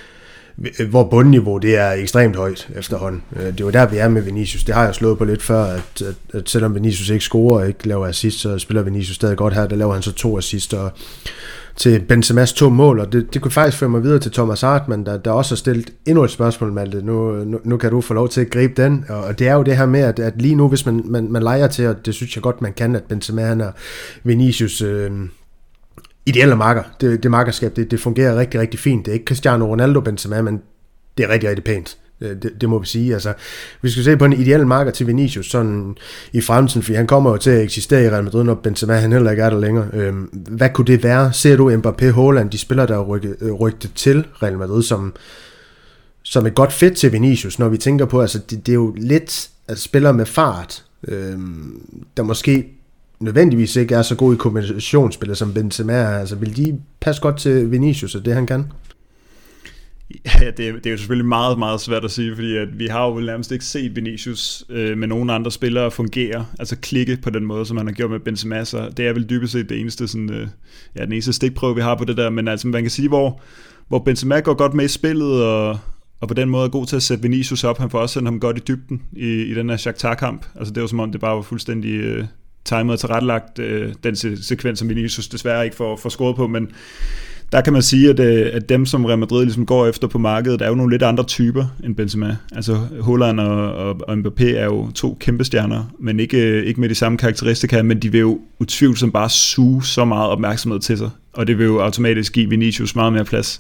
hvor bundniveau det er ekstremt højt efterhånden. Det er jo der, vi er med Vinicius. Det har jeg slået på lidt før, at, at, at selvom Vinicius ikke scorer og ikke laver assist, så spiller Vinicius stadig godt her. Der laver han så to assist og til Benzemas to mål, og det, det kunne faktisk føre mig videre til Thomas Hartmann, der, der også har stillet endnu et spørgsmål, Malte. Nu, nu, nu kan du få lov til at gribe den, og det er jo det her med, at, at lige nu, hvis man, man, man leger til, og det synes jeg godt, man kan, at Benzema han og Vinicius øh, ideelle marker. Det, det markerskab, det, det fungerer rigtig, rigtig fint. Det er ikke Cristiano Ronaldo Benzema, men det er rigtig, rigtig pænt. Det, det må vi sige. Altså, vi skal se på en ideel marker til Vinicius sådan i fremtiden, fordi han kommer jo til at eksistere i Real Madrid, når Benzema han heller ikke er der længere. Øhm, hvad kunne det være? Ser du Mbappé, Haaland, de spiller der rykket, rykket til Real Madrid som, som et godt fedt til Vinicius, når vi tænker på, altså det, det er jo lidt at spiller med fart, øhm, der måske nødvendigvis ikke er så god i kombinationsspillet som Benzema er. Altså, vil de passe godt til Vinicius og det han kan? Ja, det er, det er jo selvfølgelig meget, meget svært at sige, fordi at vi har jo nærmest ikke set Vinicius øh, med nogen andre spillere fungere, altså klikke på den måde, som han har gjort med Benzema, så det er vel dybest set det eneste, sådan, øh, ja, den eneste stikprøve, vi har på det der, men altså man kan sige, hvor, hvor Benzema går godt med i spillet, og, og på den måde er god til at sætte Vinicius op, han får også sendt ham godt i dybden i, i den her Shakhtar-kamp, altså det var som om det bare var fuldstændig øh, timet og tilrettelagt, øh, den se- sekvens, som Vinicius desværre ikke får, får scoret på, men der kan man sige, at, at dem, som Real Madrid ligesom går efter på markedet, er jo nogle lidt andre typer end Benzema. Altså Haaland og, og, og Mbappé er jo to kæmpe stjerner, men ikke, ikke med de samme karakteristika, men de vil jo utvivlsomt bare suge så meget opmærksomhed til sig, og det vil jo automatisk give Vinicius meget mere plads.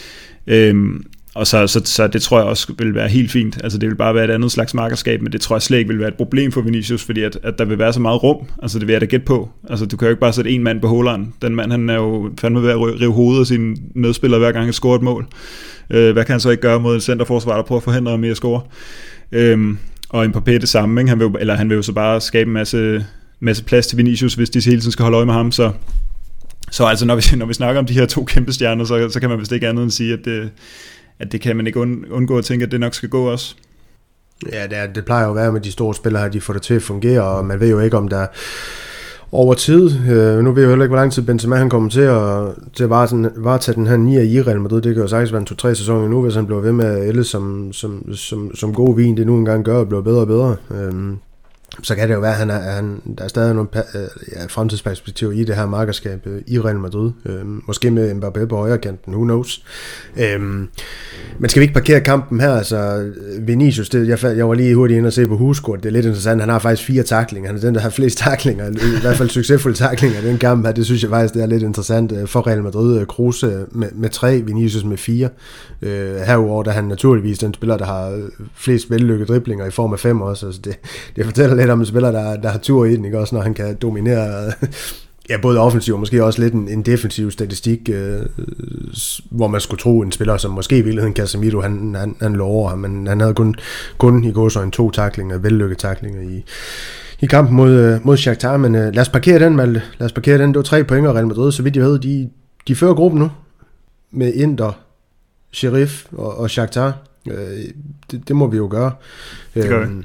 Øhm, og så, så, så det tror jeg også vil være helt fint. Altså det vil bare være et andet slags markerskab, men det tror jeg slet ikke vil være et problem for Vinicius, fordi at, at der vil være så meget rum. Altså det vil jeg da gætte på. Altså du kan jo ikke bare sætte en mand på Haaland. Den mand, han er jo fandme ved at rive hovedet af sine medspillere hver gang han scorer et mål. Øh, hvad kan han så ikke gøre mod en centerforsvar, der prøver at forhindre ham i at score? Øhm, og Mbappé det samme, ikke? Han vil, eller han vil jo så bare skabe en masse, masse plads til Vinicius, hvis de hele tiden skal holde øje med ham, så Så altså når vi, når vi snakker om de her to kæmpe stjerner, så, så kan man vist ikke andet end sige, at det, at det kan man ikke undgå at tænke, at det nok skal gå også. Ja, det, er, det plejer jo at være med de store spillere, at de får det til at fungere, og man ved jo ikke, om der over tid, øh, nu ved jeg jo heller ikke, hvor lang tid Benzema han kommer til at, til at varetage den her nier i Real Madrid. Det kan jo sagtens være en to-tre sæsoner nu, hvis han bliver ved med at ælde som, som, som, som god vin, det nu engang gør, og bliver bedre og bedre. Øhm, så kan det jo være, at han er, han, der er stadig nogle ja, fremtidsperspektiver i det her markerskab øh, i Real Madrid. Øh, måske med Mbappé på højre kanten, who knows. Øh, men skal vi ikke parkere kampen her? Altså, Vinicius, det, jeg, jeg var lige hurtigt inde og se på Huskort. Det er lidt interessant. Han har faktisk fire tacklinger. Han er den, der har flest tacklinger. I hvert fald succesfulde tacklinger i den kamp her. Det synes jeg faktisk, det er lidt interessant for Real Madrid. Kroos med, med tre, Vinicius med fire. Øh, herudover, der er han naturligvis den spiller, der har flest vellykkede driblinger i form af fem også. Altså, det, det fortæller lidt om en spiller, der, der har tur i den, ikke? Også når han kan dominere ja, både offensiv og måske også lidt en, en defensiv statistik, øh, hvor man skulle tro en spiller, som måske i virkeligheden Casemiro, han, han, han lå over ham, men han havde kun, kun i gåsøjne to tacklinger, vellykkede tacklinger i, i kampen mod, mod Shakhtar, men øh, lad os parkere den, Malte. Lad os parkere den. Det var tre point, og Real Madrid, så vidt jeg ved, de, de fører gruppen nu, med Inter, Sheriff og, og Shakhtar. Øh, det, det må vi jo gøre. Det gør vi. Øh,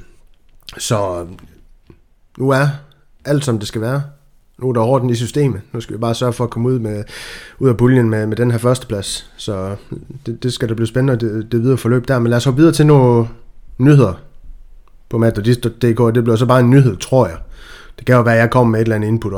så nu er alt, som det skal være. Nu er der orden i systemet. Nu skal vi bare sørge for at komme ud, med, ud af puljen med, med den her førsteplads. Så det, det skal da blive spændende, det, det videre forløb der. Men lad os hoppe videre til nogle nyheder på Madridist punktum d k. Det bliver så bare en nyhed, tror jeg. Det kan jo være, at jeg kommer med et eller andet input også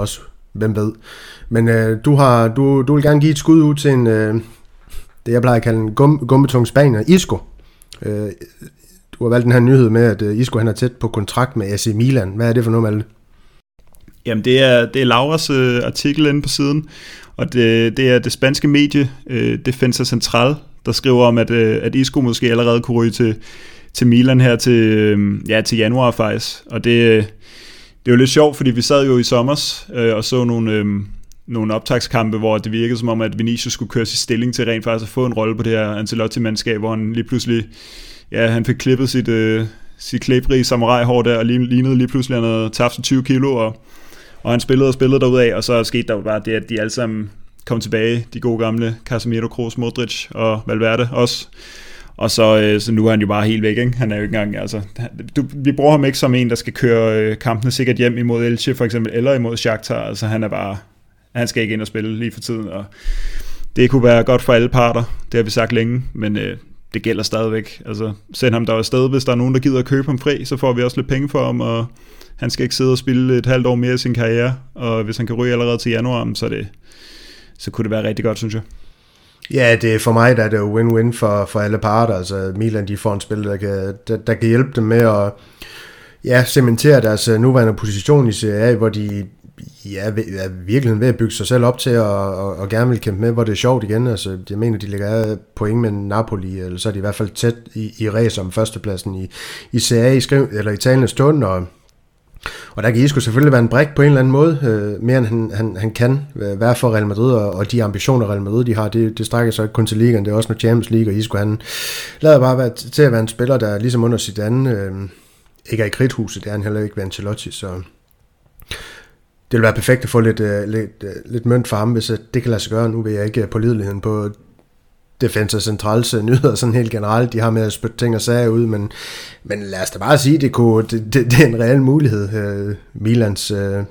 hvem ved. Men øh, du, har, du, du vil gerne give et skud ud til en, øh, det jeg plejer at kalde en gum, gumbetung spanier, Isco. Øh, du har valgt den her nyhed med, at Isco han er tæt på kontrakt med A C Milan. Hvad er det for noget, Malte? Jamen det er, det er Lauras øh, artikel inde på siden, og det, det er det spanske medie, øh, Defensa Central, der skriver om, at, øh, at Isco måske allerede kunne ryge til, til Milan her til, øh, ja, til januar faktisk. Og det, det er jo lidt sjovt, fordi vi sad jo i sommers øh, og så nogle, øh, nogle optagskampe, hvor det virkede som om, at Vinicius skulle køre sin stilling til rent faktisk at få en rolle på det her Ancelotti-mandskab, hvor han lige pludselig, ja, han fik klippet sit, øh, sit klæbrige samurai-hår der, og lignede lige pludselig, han havde tabt tyve kilo, og Og han spillede og spillede derudaf, og så skete der jo bare det, at de alle sammen kom tilbage, de gode gamle Casemiro, Kroos, Modric og Valverde også. Og så, øh, så nu er han jo bare helt væk, ikke? Han er jo ikke engang, altså, du, vi bruger ham ikke som en, der skal køre øh, kampene sikkert hjem imod Elche for eksempel, eller imod Shakhtar. Altså han er bare, han skal ikke ind og spille lige for tiden, og det kunne være godt for alle parter, det har vi sagt længe, men øh, det gælder stadigvæk. Altså send ham der afsted, hvis der er nogen, der gider at købe ham fri, så får vi også lidt penge for ham, og han skal ikke sidde og spille et halvt år mere i sin karriere, og hvis han kan ryge allerede til januar, så, det, så kunne det være rigtig godt, synes jeg. Ja, det er for mig, der er det jo win-win for, for alle parter. Altså Milan, de får en spiller, der kan, der, der kan hjælpe dem med at ja, cementere deres nuværende position i Serie A, hvor de ja, er virkelig ved at bygge sig selv op til at og, og gerne vil kæmpe med, hvor det er sjovt igen. Altså, jeg mener, de ligger point med Napoli, eller så er de i hvert fald tæt i, i race om førstepladsen i, i Serie A i, skriv, eller i talende stund, og Og der kan Isco selvfølgelig være en brik på en eller anden måde, øh, mere end han, han, han kan være for Real Madrid, og, og de ambitioner Real Madrid de har, det, det strækker sig ikke kun til ligaen, det er også noget Champions League, og Isco han lader bare være, til at være en spiller, der ligesom under Zidane øh, ikke er i kridthuset, det er han heller ikke ved Ancelotti, så det vil være perfekt at få lidt, øh, lidt, øh, lidt mønt for ham, hvis det kan lade sig gøre. Nu vil jeg ikke pålideligheden på Defensa Centrals nyheder sådan helt generelt, de har med at spytte ting og sager ud, men, men lad os da bare sige, det, kunne, det, det, det er en reel mulighed. Uh, Milans uh,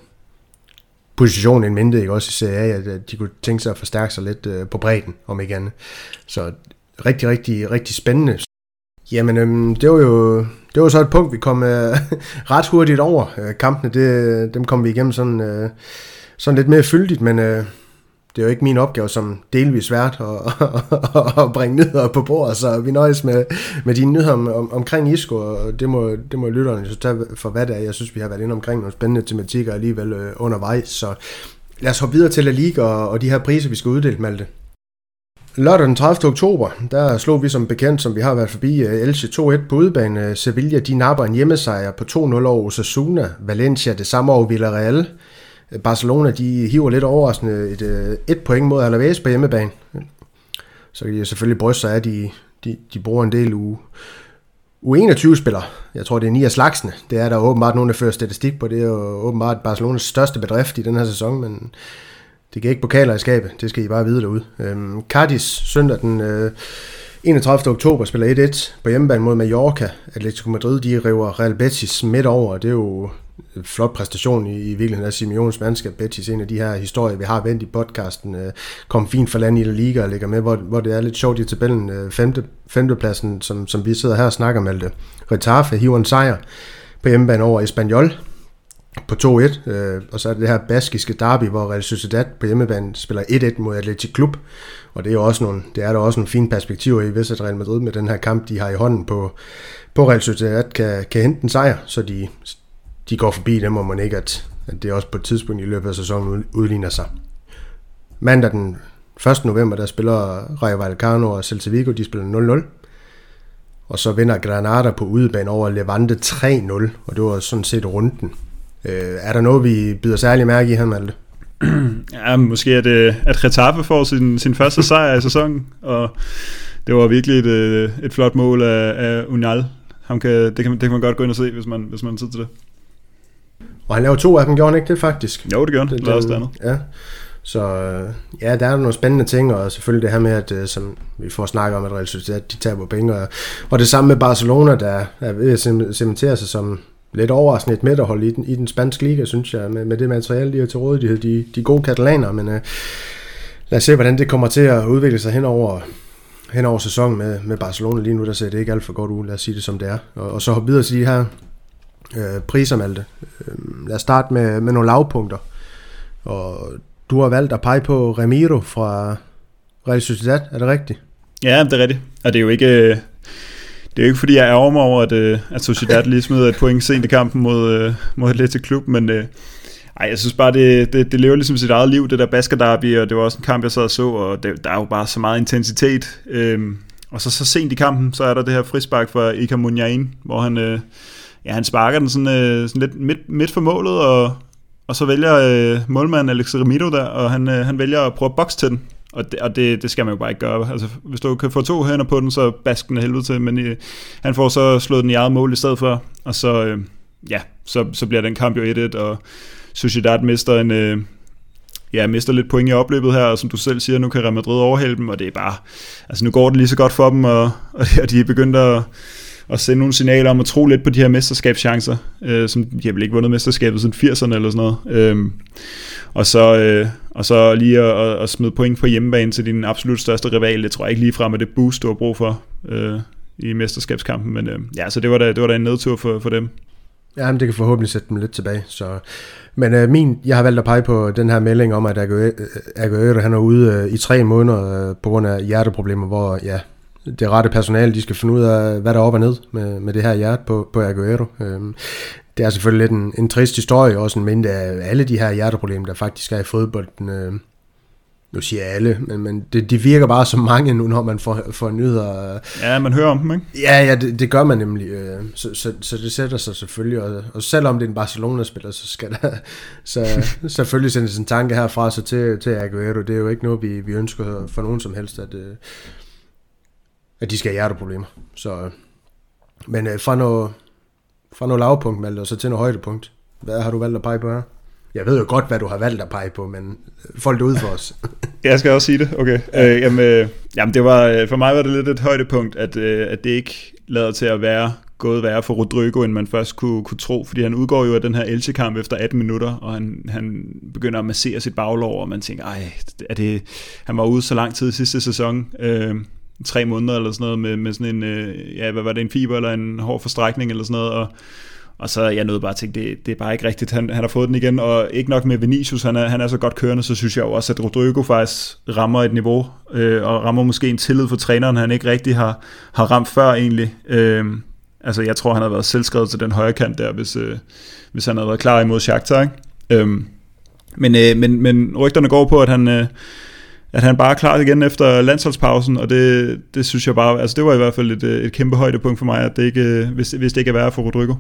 position en mindre, ikke også i Serie A, at de kunne tænke sig at forstærke sig lidt uh, på bredden, om ikke andet. Så rigtig, rigtig, rigtig spændende. Jamen, øhm, det var jo det var så et punkt, vi kom uh, ret hurtigt over. Uh, kampene, det, dem kom vi igennem sådan, uh, sådan lidt mere fyldigt, men uh, det er jo ikke min opgave som delvis svært at, at, at bringe nyheder på bordet, så vi nøjes med, med dine nyheder om, om, omkring Isco, og det må, det må lytterne så tage for hvad det er. Jeg synes, vi har været inde omkring nogle spændende tematikker alligevel øh, undervejs, så lad os hoppe videre til La Liga og, og de her priser, vi skal uddele, Malte. Lørdag den tredivte oktober, der slog vi som bekendt, som vi har været forbi, Elche to et på udebane. Sevilla, de napper en hjemmesejr på to nul over Osasuna. Valencia det samme over Villarreal. Barcelona, de hiver lidt overraskende et, et point mod Alaves på hjemmebane. Så kan de selvfølgelig bryste sig af, at de, de, de bruger en del u, U enogtyve-spillere. Jeg tror, det er ni af slagsene. Det er der åbenbart nogen, der fører statistik på. Det er jo åbenbart Barcelonas største bedrift i den her sæson, men det giver ikke pokaler i skabet. Det skal I bare vide derude. Øhm, Cadiz søndag den øh, enogtredivte oktober spiller et et på hjemmebane mod Mallorca. Atletico Madrid, de river Real Betis midt over. Det er jo en flot præstation i, i virkeligheden af Simeones mandskab. Betis, en af de her historier, vi har vendt i podcasten, øh, kom fint for land i La Liga og ligger med, hvor, hvor det er lidt sjovt i tabellen. Øh, femte, femtepladsen, som, som vi sidder her og snakker med det. Getafe hiver en sejr på hjemmebane over Espanyol på to et, øh, og så er det det her baskiske derby, hvor Real Sociedad på hjemmebane spiller et et mod Athletic Club, og det er jo også nogle, det er der også nogle fine perspektiver i, hvis at Real Madrid med den her kamp, de har i hånden på, på Real Sociedad, kan, kan hente en sejr, så de, de går forbi dem, og man ikke, at, at det også på et tidspunkt i løbet af sæsonen udligner sig. Mandag den første november, der spiller Rayo Vallecano og Celta Vigo, de spiller nul nul, og så vinder Granada på udebane over Levante tre nul, og det var sådan set runden. Øh, er der noget, vi bider særlig mærke i her, Malte? Ja, måske at, at Getafe får sin, sin første sejr i sæsonen, og det var virkelig et, et flot mål af, af Unal. Ham kan, det, kan, det kan man godt gå ind og se, hvis man, hvis man har tid til det. Og han lavede to af dem, gjorde han ikke det faktisk? Jo, det gjorde han. Det, det, også det andet. Ja. Så ja, der er nogle spændende ting, og selvfølgelig det her med, at som vi får snakket om, at Real Sociedad, de taber penge, og, og det samme med Barcelona, der er ved at cementere sig som lidt overraskende et midterhold i den, i den spanske liga, synes jeg, med, med det materiale, de har til rådighed, de, de gode katalaner, men øh, lad os se, hvordan det kommer til at udvikle sig hen over, hen over sæsonen med, med Barcelona. Lige nu, der ser det ikke alt for godt ud, lad os sige det som det er. Og, og så hoppe videre til de her øh, priser, Malte. Øh, lad os starte med, med nogle lavpunkter. Og du har valgt at pege på Ramiro fra Real Sociedad, er det rigtigt? Ja, det er rigtigt. Og det er jo ikke, det er jo ikke fordi, jeg ærger mig over, at, at Sociedad lige smider et point sent i kampen mod, mod Athletic Klub, men ej, jeg synes bare, det, det, det lever ligesom sit eget liv, det der Basker Derby, og det var også en kamp, jeg sad og så, og det, der er jo bare så meget intensitet. Øhm, og så så sent i kampen, så er der det her frispark fra Iker Muniain, hvor han, øh, ja, han sparker den sådan, øh, sådan lidt midt, midt for målet, og, og så vælger øh, målmanden Alex Remiro der, og han, øh, han vælger at prøve at bokse til den. Og, det, og det, det skal man jo bare ikke gøre. Altså, hvis du kan få to hænder på den, så bask den af helvede til, men øh, han får så slået den i eget mål i stedet for, og så, øh, ja, så, så bliver den kamp jo et et, og Sociedad mister en, øh, ja, mister lidt point i opløbet her, og som du selv siger, nu kan Real Madrid overhælde dem, og det er bare, altså nu går det lige så godt for dem, og, og de er begyndt at, at sende nogle signaler om at tro lidt på de her mesterskabschancer, øh, som de har vel ikke vundet mesterskabet siden firserne eller sådan noget, øh, og så, øh, og så lige at, at smide point på hjemmebane til din absolut største rival, det tror jeg ikke lige frem med det boost, du har brug for øh, i mesterskabskampen, men øh, ja, så det var da, det var da en nedtur for, for dem. Ja, men det kan forhåbentlig sætte dem lidt tilbage. Så. Men øh, min, jeg har valgt at pege på den her melding om, at Aguero han er ude øh, i tre måneder øh, på grund af hjerteproblemer, hvor ja, det rette personale, de skal finde ud af, hvad der er op og ned med, med det her hjerte på, på Aguero. Øh, det er selvfølgelig lidt en, en trist historie, også en mindre af alle de her hjerteproblemer, der faktisk er i fodbolden. Øh, nu siger jeg alle, men, men det, de virker bare så mange nu, når man får, får nyheder. Ja, man hører om dem, ikke? Ja, ja, det, det gør man nemlig. Øh, så, så, så det sætter sig selvfølgelig, og, og selvom det er en Barcelona-spiller, så skal der så, selvfølgelig sendes en tanke herfra så til, til Aguero. Det er jo ikke noget, vi, vi ønsker for nogen som helst, at, at de skal have hjerteproblemer. Så, men fra noget, fra noget lavpunkt, Malte, og så til noget højdepunkt. Hvad har du valgt at pege på her? Jeg ved jo godt, hvad du har valgt at pege på, men folk derude for os. Jeg skal også sige det, okay. Ja. Øh, jamen, øh, jamen det var, for mig var det lidt et højdepunkt, at, øh, at det ikke lader til at være gået værre for Rodrygo, end man først kunne, kunne tro, fordi han udgår jo af den her Elche-kamp efter atten minutter, og han, han begynder at massere sit baglår, og man tænker, ej, er det, han var ude så lang tid i sidste sæson, øh, tre måneder eller sådan noget, med, med sådan en, øh, ja, hvad var det, en fiber eller en hård forstrækning eller sådan noget, og Og så jeg nåede bare at tænke, det, det er bare ikke rigtigt. Han, han har fået den igen, og ikke nok med Vinicius, han er, han er så godt kørende, så synes jeg jo også, at Rodrygo faktisk rammer et niveau, øh, og rammer måske en tillid for træneren, han ikke rigtig har, har ramt før egentlig. Øh, altså jeg tror, han havde været selvskrevet til den højre kant der, hvis, øh, hvis han havde været klar imod Shakhtar, ikke? Øh, men, øh, men, men rygterne går på, at han... Øh, at han bare er klar igen efter landsholdspausen, og det, det synes jeg bare, altså det var i hvert fald et, et kæmpe højdepunkt for mig, at det ikke, hvis, hvis det ikke er værre for Rodrygo.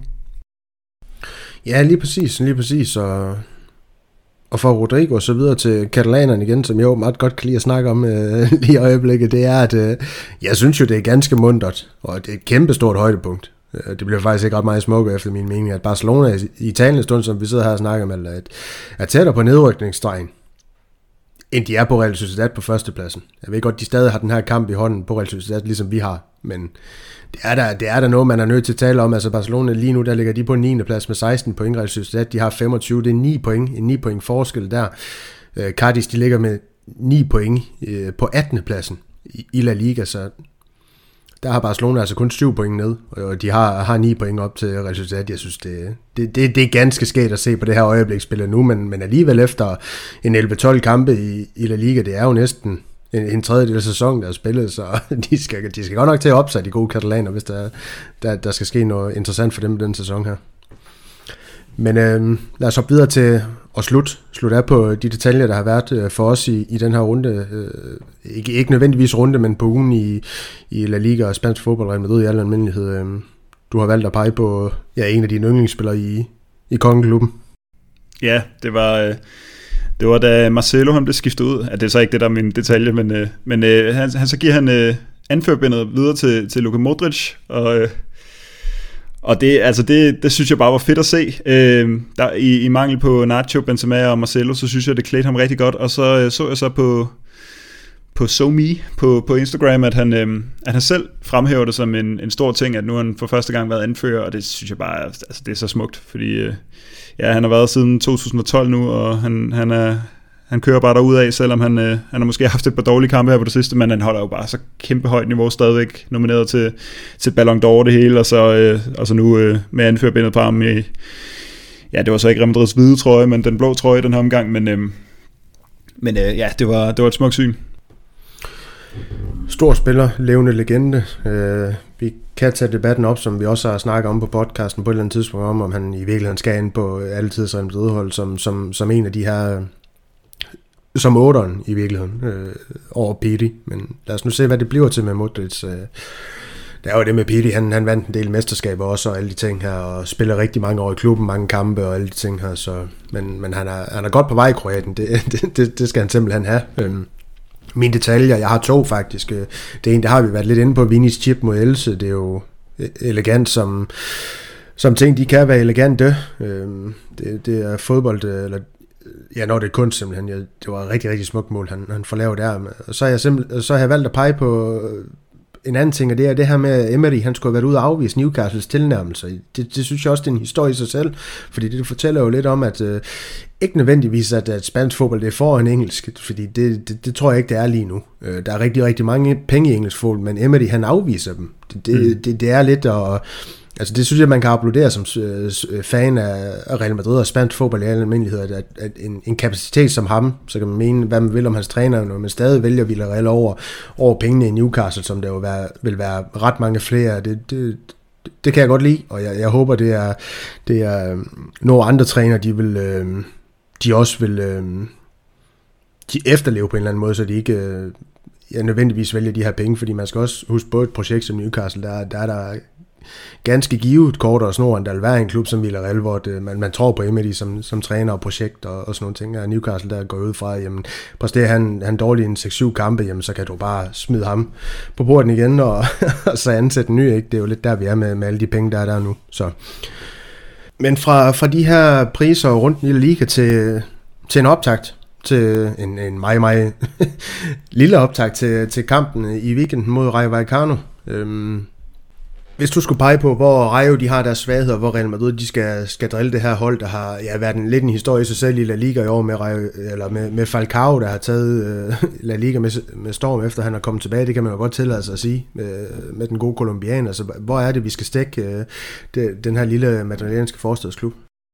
Ja, lige præcis, lige præcis, og, og for Rodrygo så videre til katalanerne igen, som jeg jo meget godt kan lide at snakke om øh, lige i øjeblikket, det er, at øh, jeg synes jo, det er ganske muntert, og det er et kæmpe stort højdepunkt. Det bliver faktisk ikke ret meget smukkere efter min mening, at Barcelona i talende stund, som vi sidder her og snakker med, at er tættere på nedrykningsstregen, end de er på Real Sociedad på førstepladsen. Jeg ved godt, de stadig har den her kamp i hånden på Real Sociedad, ligesom vi har, men det er der, det er der noget, man er nødt til at tale om. Altså Barcelona lige nu, der ligger de på niende plads med seksten point, Real Sociedad, de har femogtyve, det er ni point, en ni point forskel der. Cardis, de ligger med ni point på attende pladsen i La Liga, så der har Barcelona altså kun syv point ned, og de har, har ni point op til Real Sociedad. Jeg synes, det, det, det, det er ganske skægt at se på det her øjebliksspil nu, men, men alligevel efter en elleve tolv kampe i, i La Liga, det er jo næsten en, en tredjedel af sæsonen, der er spillet, så de skal, de skal godt nok til at opsætte de gode katalaner, hvis der, der, der skal ske noget interessant for dem i den sæson her. Men øh, lad os hoppe videre til at slutte slut af på de detaljer, der har været øh, for os i, i den her runde. Øh, ikke, ikke nødvendigvis runde, men på ugen i, i La Liga og spansk fodbold, Real Madrid i al almindelighed. Øh, du har valgt at pege på ja, en af dine yndlingsspillere i, i kongeklubben. Ja, det var, øh, det var da Marcelo han blev skiftet ud. Ja, det er så ikke det, der er min detalje, men, øh, men øh, han, han, så giver han øh, anførbindet videre til, til Luka Modric, og... Øh, Og det, altså det, det synes jeg bare var fedt at se. Øh, der, i, I mangel på Nacho, Benzema og Marcelo, så synes jeg, det klædte ham rigtig godt. Og så øh, så jeg så på, på SoMe på, på Instagram, at han, øh, at han selv fremhæver det som en, en stor ting, at nu har han for første gang været anfører, og det synes jeg bare, altså det er så smukt, fordi øh, ja, han har været siden to tusind og tolv nu, og han, han er... Han kører bare derudad, selvom han, øh, han har måske haft et par dårlige kampe her på det sidste, men han holder jo bare så kæmpe højt niveau stadigvæk, nomineret til, til Ballon d'Or det hele, og så, øh, og så nu øh, med anførbindet på ham i, ja, det var så ikke Real Madrids hvide trøje, men den blå trøje i den her omgang, men, øh, men øh, ja, det var, det var et smukt syn. Stor spiller, levende legende. Øh, vi kan tage debatten op, som vi også har snakket om på podcasten på et eller andet tidspunkt, om, om han i virkeligheden skal ind på altid Real Madrid-hold som, som, som en af de her, som otteren i virkeligheden, øh, over Pedri. Men lad os nu se, hvad det bliver til med Modric. Øh, det er jo det med Pedri, han, han vandt en del mesterskaber også, og alle de ting her, og spiller rigtig mange år i klubben, mange kampe og alle de ting her, så, men, men han, er, han er godt på vej i Kroatien, det, det, det, det skal han simpelthen have. Øh, Mine detaljer, jeg har to faktisk. Det ene, der har vi været lidt inde på, Vinis chip mod Else, det er jo elegant, som, som ting, de kan være elegante. Det, det er fodbold, eller ja, når det er kunst simpelthen. Det var et rigtig, rigtig smukt mål, han, han får lavet der. Og så har jeg, simpelthen, så har jeg valgt at pege på en anden ting, og det er det her med, at Emery, han skulle have været ude og afvise Newcastles tilnærmelser. Det, det synes jeg også, det er en historie i sig selv, fordi det fortæller jo lidt om, at øh, ikke nødvendigvis, at, at spansk fodbold det er foran engelsk, fordi det, det, det tror jeg ikke, det er lige nu. Øh, der er rigtig, rigtig mange penge i engelsk fodbold, men Emery, han afviser dem. Det, det, mm. det, det er lidt, og altså det synes jeg, man kan applaudere som fan af Real Madrid og spansk fodbold i alle almindelighed, at, at en, en kapacitet som ham, så kan man mene, hvad man vil om hans træner, men stadig vælger Villarreal over, over pengene i Newcastle, som der jo være, vil være ret mange flere. Det, det, det kan jeg godt lide, og jeg, jeg håber, det er, det er nogle andre træner, de vil, de også vil de efterleve på en eller anden måde, så de ikke ja, nødvendigvis vælger de her penge, fordi man skal også huske på et projekt som Newcastle, der, der er der ganske givet kort og snor, der vil være en klub som Villarreal, hvor det, man, man tror på Emery som, som træner og projekt og, og sådan nogle ting. Og Newcastle der går ud fra, jamen, præsterer han, han dårligt i en seks syv kampe, jamen, så kan du bare smide ham på porten igen og, og så ansætte en ny, ikke? Det er jo lidt der, vi er med, med alle de penge, der er der nu. Så. Men fra, fra de her priser rundt i La Liga til, til en optakt, til en, en meget, meget lille optakt til, til kampen i weekenden mod Rayo Vallecano. Øhm, Hvis du skulle pege på, hvor Rayo de har deres svagheder, hvor Real Madrid de skal, skal drille det her hold, der har ja, været en lidt en historie i sig selv i La Liga i år med, Rayo, eller med, med Falcao, der har taget uh, La Liga med, med storm, efter han er kommet tilbage, det kan man jo godt tillade sig at sige, med, med den gode kolumbianer. Altså, hvor er det, vi skal stikke uh, det, den her lille madrilenske forstadsklub?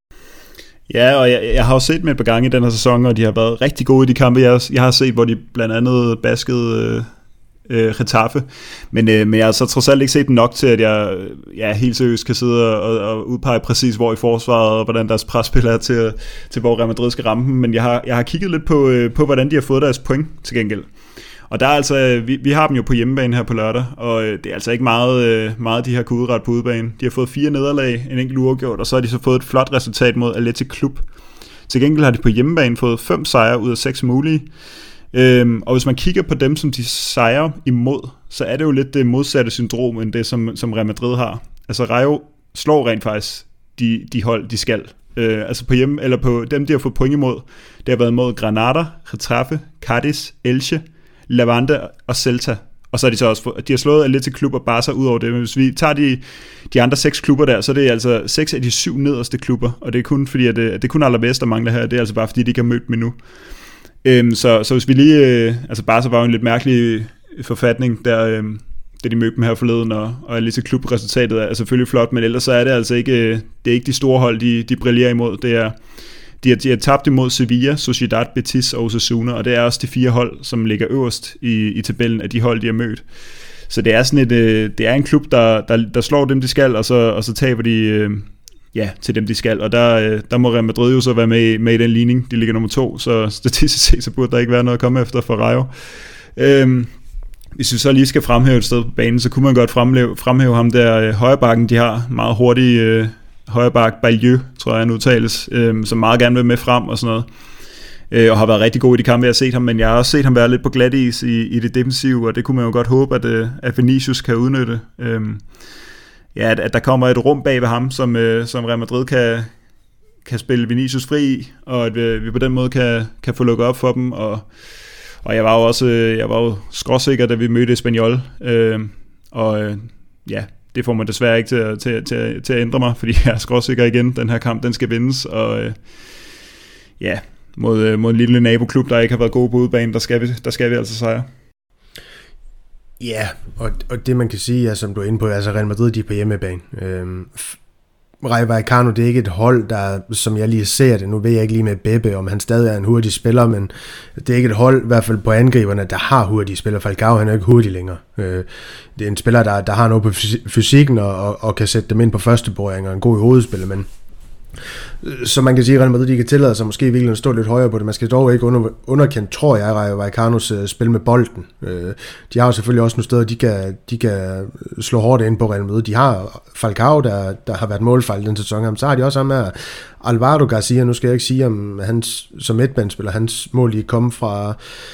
Ja, og jeg, jeg har jo set dem et par gange i den her sæson, og de har været rigtig gode i de kampe, jeg, jeg har set, hvor de blandt andet baskede... Uh Øh, Getafe, men, øh, men jeg har så trods alt ikke set den nok til, at jeg ja, helt seriøst kan sidde og, og udpege præcis, hvor i forsvaret, og hvordan deres presspil er til, til hvor Real Madrid skal ramme dem, men jeg har, jeg har kigget lidt på, øh, på, hvordan de har fået deres point til gengæld. Og der er altså, vi, vi har dem jo på hjemmebane her på lørdag, og øh, det er altså ikke meget, øh, meget de her kunne udrette på udebane. De har fået fire nederlag, en enkelt uafgjort, og så har de så fået et flot resultat mod Athletic Club. Til gengæld har de på hjemmebane fået fem sejre ud af seks mulige. Øhm, og hvis man kigger på dem, som de sejrer imod, så er det jo lidt det modsatte syndrom, end det, som, som Real Madrid har. Altså Rayo slår rent faktisk de, de hold, de skal. Øh, altså på hjemme, eller på dem, de har fået point imod, det har været mod Granada, Getafe, Cadiz, Elche, Levante og Celta. Og så har de så også de har slået Athletic Club og Barca ud over det. Men hvis vi tager de, de andre seks klubber der, så er det altså seks af de syv nederste klubber. Og det er kun fordi, at det, det er kun Alaves, der mangler her. Det er altså bare fordi, de ikke har mødt dem endnu. Øhm, så, så hvis vi lige, øh, altså Barca var jo en lidt mærkelig forfatning, der, øh, da de mødte dem her forleden, og, og lidt til klubresultatet er selvfølgelig flot, men ellers så er det altså ikke, det er ikke de store hold, de, de brillerer imod. Det er, de, har, de har tabt imod Sevilla, Sociedad, Betis og Osasuna, og det er også de fire hold, som ligger øverst i, i tabellen af de hold, de har mødt. Så det er sådan et, øh, det er en klub, der, der, der slår dem, de skal, og så, og så taber de... Øh, ja, til dem de skal, og der, der må Real Madrid jo så være med, med i den ligning. De ligger nummer to, så statistisk set, så burde der ikke være noget at komme efter for Rayo. Øhm, hvis vi så lige skal fremhæve et sted på banen, så kunne man godt fremhæve, fremhæve ham der øh, højrebakken, de har meget hurtig øh, højrebak, Bailleux, tror jeg han udtales, øh, som meget gerne vil med frem og sådan noget, øh, og har været rigtig god i de kampe, jeg har set ham, men jeg har også set ham være lidt på glat is i, i det defensive, og det kunne man jo godt håbe, at, øh, at Vinicius kan udnytte. Øh, Ja, at, at der kommer et rum bag ved ham, som, øh, som Real Madrid kan, kan spille Vinicius fri i, og at vi, vi på den måde kan, kan få lukket op for dem. Og, og jeg var jo også jeg var jo skråsikker, da vi mødte Espanyol. Øh, og øh, ja, det får man desværre ikke til, til, til, til at ændre mig, fordi jeg er skråsikker igen. Den her kamp, den skal vindes. Og øh, ja, mod, mod en lille naboklub, der ikke har været gode på udebane, der skal vi, der skal vi altså sejre. Ja, og, og det man kan sige, er, som du er inde på, altså Real Madrid, de er på hjemmebane. Øhm, Rayo Vallecano, det er ikke et hold, der, som jeg lige ser det, nu ved jeg ikke lige med Bebe, om han stadig er en hurtig spiller, men det er ikke et hold, i hvert fald på angriberne, der har hurtige spillere. Falcao, han er ikke hurtig længere. Det er en spiller, der, der har noget på fysikken, og, og, og kan sætte dem ind på første boring, og en god i hovedspil, men så man kan sige, at de kan tillade sig måske virkelig at stå lidt højere på det. Man skal dog ikke under, underkende, tror jeg, Rayo Vallecanos uh, spil med bolden. Uh, de har jo selvfølgelig også nogle steder, de kan, de kan slå hårdt ind på Real Madrid. De har Falcao, der, der har været målfejl den sæson. Jamen, så har de også ham her, Alvaro Garcia. Nu skal jeg ikke sige, om hans som midtbanespiller, hans mål de er kommet fra,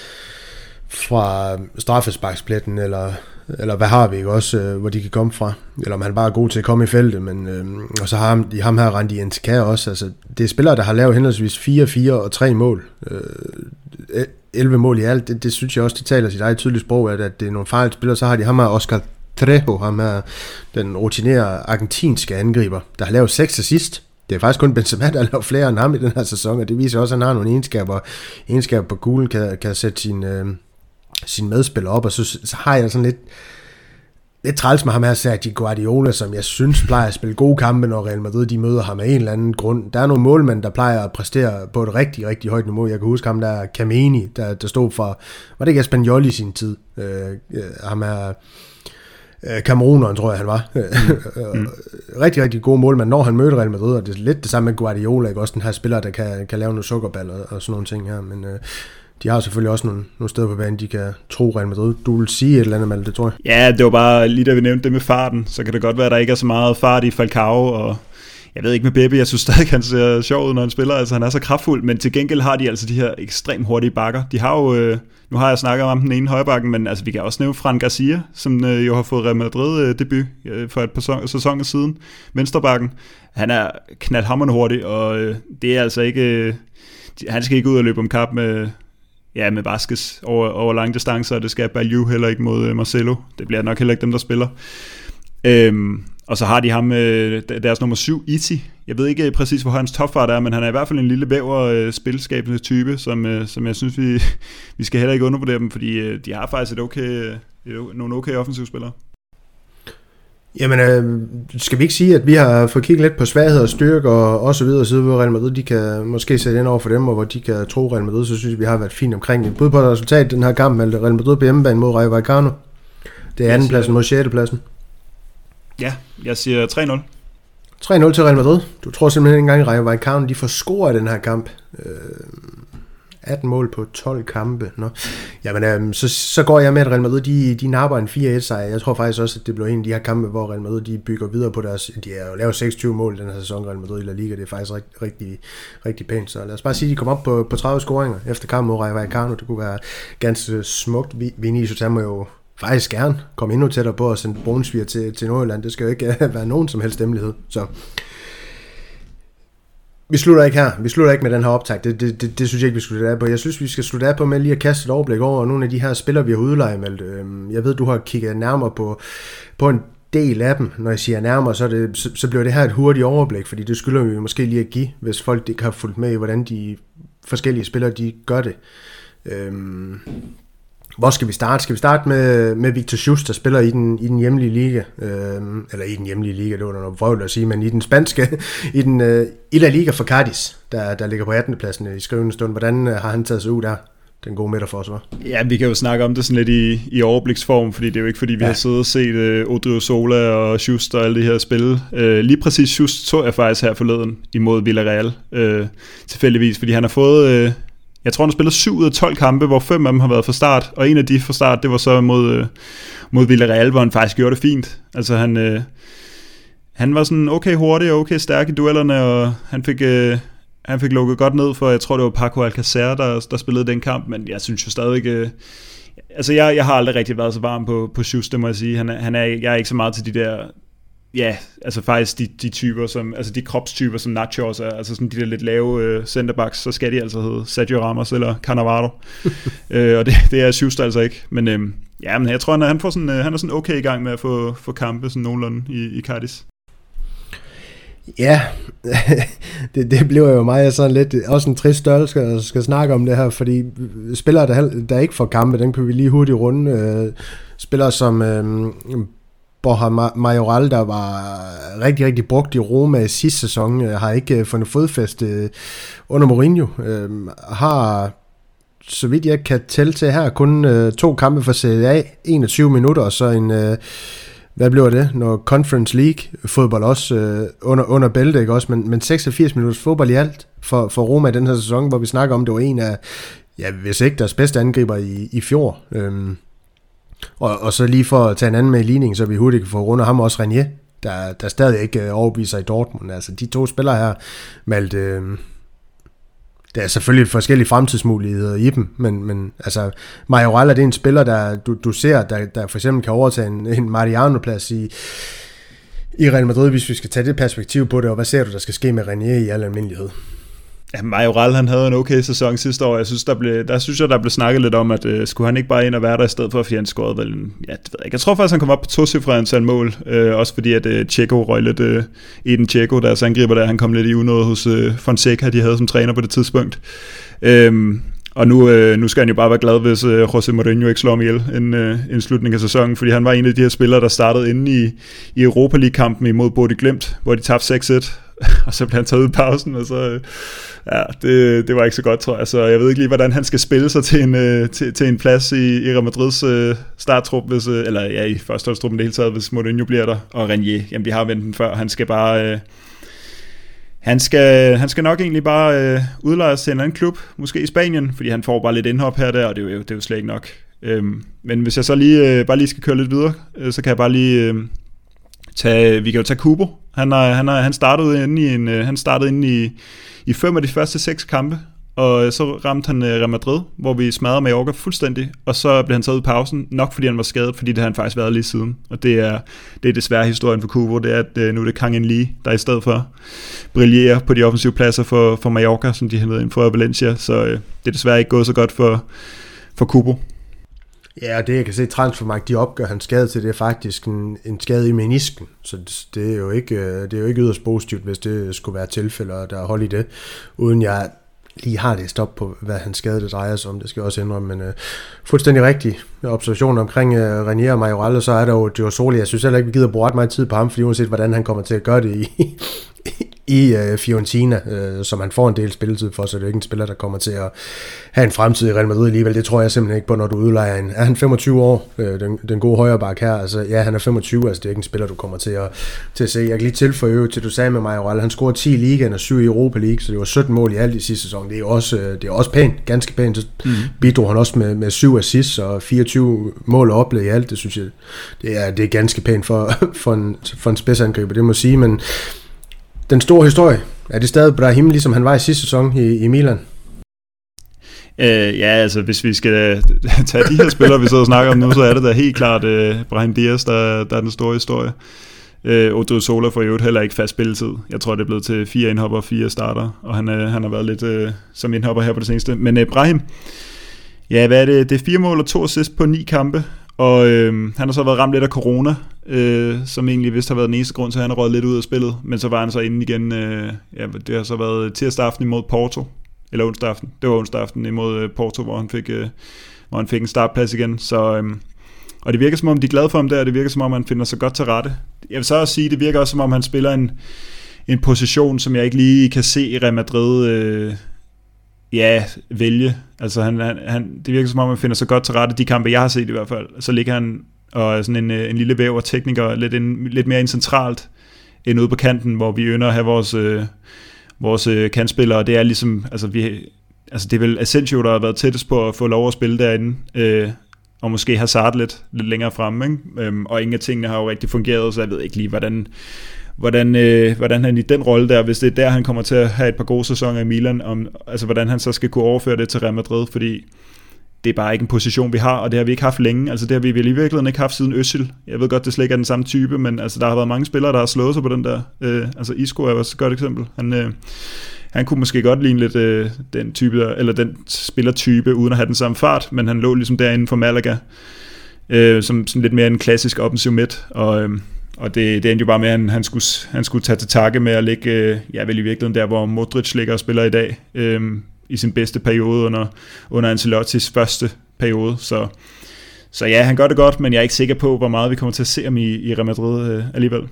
fra straffesparkspletten, eller eller hvad har vi ikke også, øh, hvor de kan komme fra, eller om han bare er god til at komme i feltet, men øh, og så har ham, de ham her Randy Entica også, altså det er spillere, der har lavet henholdsvis fire, fire og tre mål, øh, elleve mål i alt, det, det synes jeg også, det taler sit eget tydeligt sprog, at, at det er nogle farlige spillere. Så har de ham her Oscar Trejo, ham her, den rutinerede argentinske angriber, der har lavet seks assist. Det er faktisk kun Benzema, der har lavet flere end ham i den her sæson, og det viser også, at han har nogle egenskaber, egenskaber på kuglen, kan, kan sætte sin øh, sine medspillere op, og så, så har jeg sådan lidt lidt træls med ham her, Sergio Guardiola, som jeg synes plejer at spille gode kampe, når Real Madrid de møder ham af en eller anden grund. Der er nogle målmænd, der plejer at præstere på et rigtig, rigtig højt niveau. Jeg kan huske ham der Kameni, der, der stod for, var det ikke Espanyol i sin tid? Øh, øh, ham er øh, Cameroneren, tror jeg han var. Mm. rigtig, rigtig god målmand, når han mødte Real Madrid, og det er lidt det samme med Guardiola, ikke? Også den her spiller, der kan, kan lave nogle sukkerball og, og sådan nogle ting her, men øh, de har selvfølgelig også nogle, nogle steder på banen, de kan tro Real Madrid. Du vil sige et eller andet, Malte, det tror jeg. Ja, det var bare lige da vi nævnte det med farten, så kan det godt være, at der ikke er så meget fart i Falcao, og jeg ved ikke med Bebe, jeg synes stadig, han ser sjov ud, når han spiller, altså han er så kraftfuld, men til gengæld har de altså de her ekstremt hurtige bakker. De har jo, øh, nu har jeg snakket om den ene højrebakken, men altså vi kan også nævne Fran Garcia, som øh, jo har fået Real Madrid øh, debut øh, for et par sæsoner siden, venstrebakken. Han er knaldhamrende hurtig, og øh, det er altså ikke, øh, han skal ikke ud og løbe om kap med Ja, med Vasquez over, over lange distancer, og det skal Baliu heller ikke mod Marcelo. Det bliver nok heller ikke dem, der spiller. Øhm, og så har de ham, øh, deres nummer syv, Iti. Jeg ved ikke præcis, hvor hans topfart er, men han er i hvert fald en lille væver øh, spilskabende type, som, øh, som jeg synes, vi, vi skal heller ikke undervurdere dem, fordi øh, de har faktisk et okay, et, nogle okay offensivspillere. Jamen, øh, skal vi ikke sige, at vi har fået kigget lidt på svagheder og styrker og, og så videre, og så videre, hvor Real Madrid, de kan måske sætte ind over for dem, og hvor de kan tro Real Madrid, så synes vi har været fint omkring det. Både på et resultat den her kamp med Real Madrid på hjemmebane mod Rayo Vallecano. Det er andenpladsen mod sjettepladsen. Ja, jeg siger tre nul. tre nul til Real Madrid. Du tror simpelthen ikke engang, at Rayo Vallecano, de får score i den her kamp. Øh, atten mål på tolv kampe. Nå. Jamen, øhm, så, så går jeg med, at Real Madrid, de, de napper en fire et sejr. Jeg tror faktisk også, at det blev en af de her kampe, hvor Real Madrid, de bygger videre på deres, de har jo lavet seksogtyve mål den her sæson, Real Madrid i La Liga. Det er faktisk rigtig, rigtig, rigtig pænt. Så lad os bare sige, at de kommer op på, på tredive scoringer efter kampen mod Rayo Vallecano. Det kunne være ganske smukt. Vinicius, han må jo faktisk gerne komme endnu tættere på at sende Brunsviger til, til Nordjylland. Det skal jo ikke være nogen som helst hemmelighed. Så vi slutter ikke her. Vi slutter ikke med den her optag. Det, det, det, det synes jeg ikke, vi skulle slutte af på. Jeg synes, vi skal slutte af på med lige at kaste et overblik over nogle af de her spillere, vi har udlejet, Malte. Jeg ved, du har kigget nærmere på, på en del af dem. Når jeg siger nærmere, så, det, så, så bliver det her et hurtigt overblik, fordi det skylder vi måske lige at give, hvis folk ikke har fulgt med i, hvordan de forskellige spillere de gør det. Øhm Hvor skal vi starte? Skal vi starte med, med Victor Schuss, der spiller i den, i den hjemlige liga, øhm, eller i den hjemlige liga, det var noget vrøvl at sige, men i den spanske, i den øh, i La Liga for Cadiz, der, der ligger på attende pladsen i skrivende stund. Hvordan øh, har han taget sig ud der, den gode midterforsvar? Ja, vi kan jo snakke om det sådan lidt i, i overbliksform, fordi det er jo ikke fordi, vi ja. har siddet og set øh, Odriozola og Schuss og alle de her spil. Øh, lige præcis Schuss så jeg faktisk her forleden imod Villarreal, øh, tilfældigvis, fordi han har fået... Øh, Jeg tror, han har spillet syv ud af tolv kampe, hvor fem af dem har været fra start, og en af de fra start, det var så mod, øh, mod Villarreal, hvor han faktisk gjorde det fint. Altså, han, øh, han var sådan okay hurtig og okay stærk i duellerne, og han fik, øh, han fik lukket godt ned for, jeg tror, det var Paco Alcacer, der, der spillede den kamp, men jeg synes jo stadig ikke... Øh, altså, jeg, jeg har aldrig rigtig været så varm på, på Schuss, det må jeg sige. Han er, han er, jeg er ikke så meget til de der... Ja, altså faktisk de, de typer som, altså de kropstyper som Nachos er, altså sådan de der lidt lave øh, centerbacks, så skal de altså hedde Sergio Ramos eller Cannavaro. øh, og det, det er Schuster altså ikke, men øh, ja, men jeg tror han, han får sådan, øh, han er sådan okay i gang med at få, få kampe sådan nogenlunde i, i Cadiz. Ja, det, det bliver jo mig sådan lidt, også en trist størrelse at skal snakke om det her, fordi spillere, der, der ikke får kampe, den kan vi lige hurtigt runde. Øh, spillere som... Øh, Borja Mayoral, der var rigtig, rigtig brugt i Roma sidste sæson, har ikke fundet fodfæste under Mourinho. Øh, har, så vidt jeg kan tælle til her, kun øh, to kampe for Serie A, enogtyve minutter, og så en, øh, hvad bliver det, når Conference League fodbold også øh, under, under bælte, ikke også, men, men seksogfirs minutters fodbold i alt for, for Roma i den her sæson, hvor vi snakker om, det var en af, ja, hvis ikke deres bedste angriber i, i fjor. Øh, Og, og så lige for at tage en anden med i ligningen, så vi hurtigt kan få rundt ham også Renier, der, der stadig ikke overbeviser i Dortmund. Altså de to spillere her, Malte, øh, der er selvfølgelig forskellige fremtidsmuligheder i dem, men, men altså Mayoral er det en spiller, der du, du ser, der, der for eksempel kan overtage en, en Mariano-plads i, i Real Madrid, hvis vi skal tage det perspektiv på det, og hvad ser du, der skal ske med Renier i al almindelighed? Ja, Mayoral, han havde en okay sæson sidste år. Jeg synes, der, blev, der synes jeg, der blev snakket lidt om, at øh, skulle han ikke bare ind og være der i stedet for, at han scorede vel en, ja, det ved jeg ikke. Jeg tror faktisk, han kom op på tocifret antal mål, øh, også fordi at øh, Checo røg lidt, øh, Eden Checo, deres angriber der, han kom lidt i unåde hos øh, Fonseca, de havde som træner på det tidspunkt. Øhm, og nu, øh, nu skal han jo bare være glad, hvis øh, José Mourinho ikke slår ham ihjel en, øh, en slutning af sæsonen, fordi han var en af de her spillere, der startede inde i, i Europa League-kampen imod Bodø Glimt, hvor de tabte seks et, og så blev han taget ud i pausen, og så... Øh, Ja, det, det var ikke så godt, tror jeg. Så jeg ved ikke lige, hvordan han skal spille sig til en, øh, til, til en plads i, i Real Madrids øh, starttrup, hvis, øh, eller ja, i førsteholdstruppen det hele taget, hvis Mourinho bliver der. Og Renier, jamen de har vendt den før. Han skal bare... Øh, han, skal, han skal nok egentlig bare øh, udlejes til en anden klub, måske i Spanien, fordi han får bare lidt indhop her og der, og det er jo, det er jo slet ikke nok. Øhm, men hvis jeg så lige, øh, bare lige skal køre lidt videre, øh, så kan jeg bare lige... Øh, tage, vi kan jo tage Kubo. Han, er, han, er, han startede inde i en, han startede inde i, i fem af de første seks kampe, og så ramte han Real Madrid, hvor vi smadrede Mallorca fuldstændig, og så blev han taget ud i pausen, nok fordi han var skadet, fordi det har han faktisk været lige siden. Og det er, det er desværre historien for Kubo, det er, at nu er det Kang In Lee, der i stedet for brillerer på de offensive pladser for, for Mallorca, som de hentede ind fra Valencia, så det er desværre ikke gået så godt for, for Kubo. Ja, og det jeg kan se, Transfermarkt, de opgør hans skade til, det er faktisk en, en skade i menisken, så det, det, er jo ikke, det er jo ikke yderst positivt, hvis det skulle være tilfælde, og der er hold i det, uden jeg lige har det stop på, hvad hans skade det drejer sig om, det skal jeg også indrømme, men uh, fuldstændig rigtig observation omkring uh, Renier og Mayoral, og så er der jo Joe Soli. Jeg synes heller ikke, vi gider bruge ret meget tid på ham, fordi uanset hvordan han kommer til at gøre det i, i uh, Fiorentina, uh, som han får en del spilletid for, så det er ikke en spiller, der kommer til at have en fremtid i Real Madrid alligevel. Det tror jeg simpelthen ikke på, når du udlejer en. Er han femogtyve år, uh, den, den gode højreback her? Altså, ja, han er femogtyve, altså det er ikke en spiller, du kommer til at, til at se. Jeg kan lige tilføje til, du sagde med Mayoral, han scorede ti i ligaen og syv i Europa League, så det var sytten mål i alt i sidste sæson. Det er også, det er også pænt, ganske pænt. Så mm. bidrog han også med, med syv assists og fireogtyve mål og oplæg i alt. Det synes jeg, det er, det er ganske pænt for, for en, for en spidsangriber, det må sige, men den store historie, er det stadig Brahim, ligesom han var i sidste sæson i, i Milan? Øh, ja, altså hvis vi skal tage de her spillere, vi sidder og snakker om nu, så er det da helt klart uh, Brahim Diaz, der, der er den store historie. Uh, Odriozola får jo heller ikke fast spilletid. Jeg tror, det er blevet til fire indhopper og fire starter, og han, uh, han har været lidt uh, som indhopper her på det seneste. Men uh, Brahim, ja, hvad er det? Det er fire mål og to assist på ni kampe, og øh, han har så været ramt lidt af corona, øh, som egentlig vist har været den eneste grund til, at han har røget lidt ud af spillet, men så var han så inde igen, øh, ja, det har så været tirsdag aften imod Porto, eller onsdag aften, det var onsdag aften imod øh, Porto, hvor han fik, øh, hvor han fik en startplads igen, så, øh, og det virker som om, de er glade for ham der, og det virker som om, han finder sig godt til rette. Jeg vil så også sige, det virker også som om, han spiller en, en position, som jeg ikke lige kan se i Real Madrid, øh, ja, vælge. Altså han, han, han, det virker som om, han finder sig godt til rette, de kampe, jeg har set i hvert fald. Så ligger han og er sådan en, en lille væv og tekniker, lidt, en, lidt mere centralt end ude på kanten, hvor vi ynder at have vores, øh, vores øh, kantspillere, det er ligesom, altså, vi, altså det er vel Asensio, der har været tættest på at få lov at spille derinde, øh, og måske Hazard lidt, lidt længere fremme, ikke? Øhm, og ingen af tingene har jo rigtig fungeret, så jeg ved ikke lige, hvordan... Hvordan, øh, hvordan han i den rolle der, hvis det er der, han kommer til at have et par gode sæsoner i Milan, om, altså hvordan han så skal kunne overføre det til Real Madrid, fordi det er bare ikke en position, vi har, og det har vi ikke haft længe. Altså det har vi vel i virkeligheden ikke haft siden Özil. Jeg ved godt, det slet ikke er den samme type, men altså, der har været mange spillere, der har slået sig på den der. Øh, altså Isco er også et godt eksempel. Han, øh, han kunne måske godt ligne lidt øh, den type, eller den spillertype, uden at have den samme fart, men han lå ligesom derinde for Malaga, øh, som, som lidt mere en klassisk offensiv midt, og... Øh, Og det, det endte jo bare med, at han, han, skulle, han skulle tage til takke med at ligge, øh, ja vel i virkeligheden der, hvor Modric ligger og spiller i dag, øh, i sin bedste periode under, under Ancelottis første periode. Så, Så ja, han gør det godt, men jeg er ikke sikker på, hvor meget vi kommer til at se ham i, i Real Madrid øh, alligevel.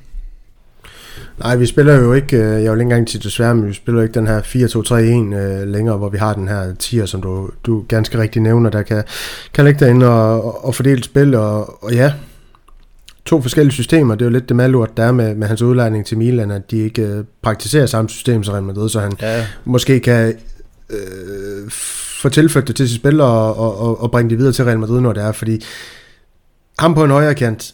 Nej, vi spiller jo ikke, jeg vil ikke engang til desværre, men vi spiller jo ikke den her fire to tre en øh, længere, hvor vi har den her tier, som du, du ganske rigtigt nævner, der kan, kan ligge derinde og, og, og fordele spil, og, og ja, to forskellige systemer. Det er jo lidt det malurt, der er med, med hans udlejning til Milan, at de ikke øh, praktiserer samme system som Real Madrid, så han ja. måske kan øh, få tilført det til sit spil og, og, og bringe det videre til Real Madrid, når det er, fordi ham på en højre kant,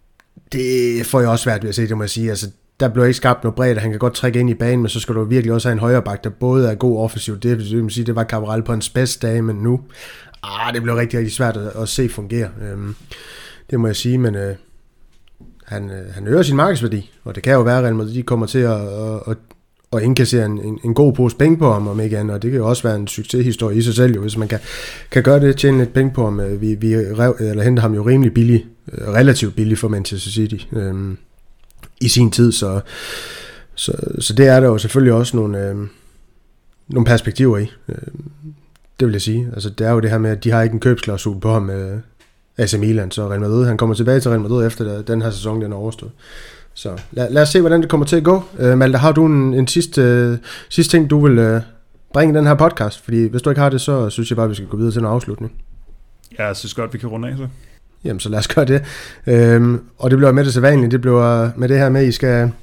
det får jeg også svært ved at se, det må jeg sige. Altså, der bliver ikke skabt noget bredt, han kan godt trække ind i banen, men så skal du virkelig også have en højre bak, der både er god offensiv. Det vil sige, det var Cabral på hans bedste dag, men nu, ah, det bliver rigtig, rigtig svært at, at se fungere. Øhm, det må jeg sige, men øh, han, øh, han øger sin markedsværdi, og det kan jo være, at de kommer til at, at, at, at indkassere en, en, en god pose penge på ham, om ikke andet, og det kan jo også være en succeshistorie i sig selv, jo, hvis man kan, kan gøre det, tjene lidt penge på ham. Vi, vi rev, eller henter ham jo rimelig billigt, relativt billigt for Manchester City øhm, i sin tid, så, så, så det er der jo selvfølgelig også nogle, øhm, nogle perspektiver i. Øhm, det vil jeg sige. Altså, det er jo det her med, at de har ikke en købsklausul på ham med A C Milan, så Real Madrid, han kommer tilbage til Real Madrid efter den her sæson, den er overstået. Så lad, lad os se, hvordan det kommer til at gå. Uh, Malte, har du en, en sidste, uh, sidste ting, du vil uh, bringe i den her podcast? Fordi hvis du ikke har det, så synes jeg bare, vi skal gå videre til en afslutning. Ja, jeg synes godt, vi kan runde af så. Jamen, så lad os gøre det. Uh, og det bliver med det sædvanlige. Det bliver med det her med, at I skal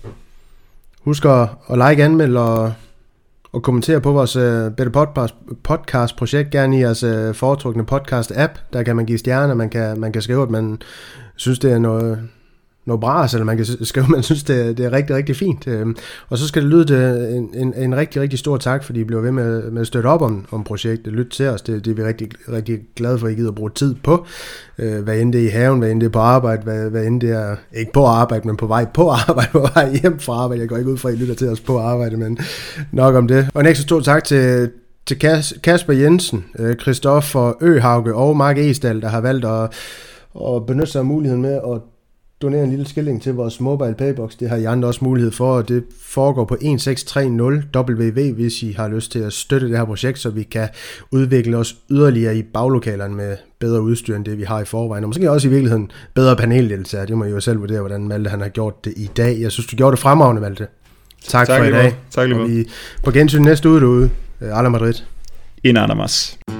huske at, at like, anmelde og, og kommentere på vores uh, Better Podcast, podcast projekt. Gerne i jeres uh, foretrukne podcast-app. Der kan man give stjerner, man kan, man kan skrive, at man synes, det er noget... noget bras, eller man kan skrive, man synes, det er, det er rigtig, rigtig fint. Øhm, og så skal det lyde det en, en, en rigtig, rigtig stor tak, fordi I bliver ved med, med at støtte op om, om projektet. Lyt til os, det, det er vi rigtig, rigtig glade for, at I gider at bruge tid på. Øh, hvad end det er i haven, hvad end det er på arbejde, hvad, hvad end det er, ikke på arbejde, men på vej på arbejde, på vej hjem fra arbejde. Jeg går ikke ud fra, at I lytter til os på arbejde, men nok om det. Og en ekstra stor tak til til Kasper Jensen, Christoffer Øhauge og Mark Esdal, der har valgt at, at benytte sig af muligheden med at donere en lille skilling til vores mobile paybox. Det har I andre også mulighed for, og det foregår på et seks tre nul W W, hvis I har lyst til at støtte det her projekt, så vi kan udvikle os yderligere i baglokalerne med bedre udstyr end det, vi har i forvejen. Og måske også i virkeligheden bedre paneldeltager. Det må I jo selv vurdere, hvordan Malte han har gjort det i dag. Jeg synes, du gjorde det fremragende, Malte. Tak, tak for i dag. Tak lige måde. Og vi på gensyn næste uge derude. Ala Madrid. In Anamas.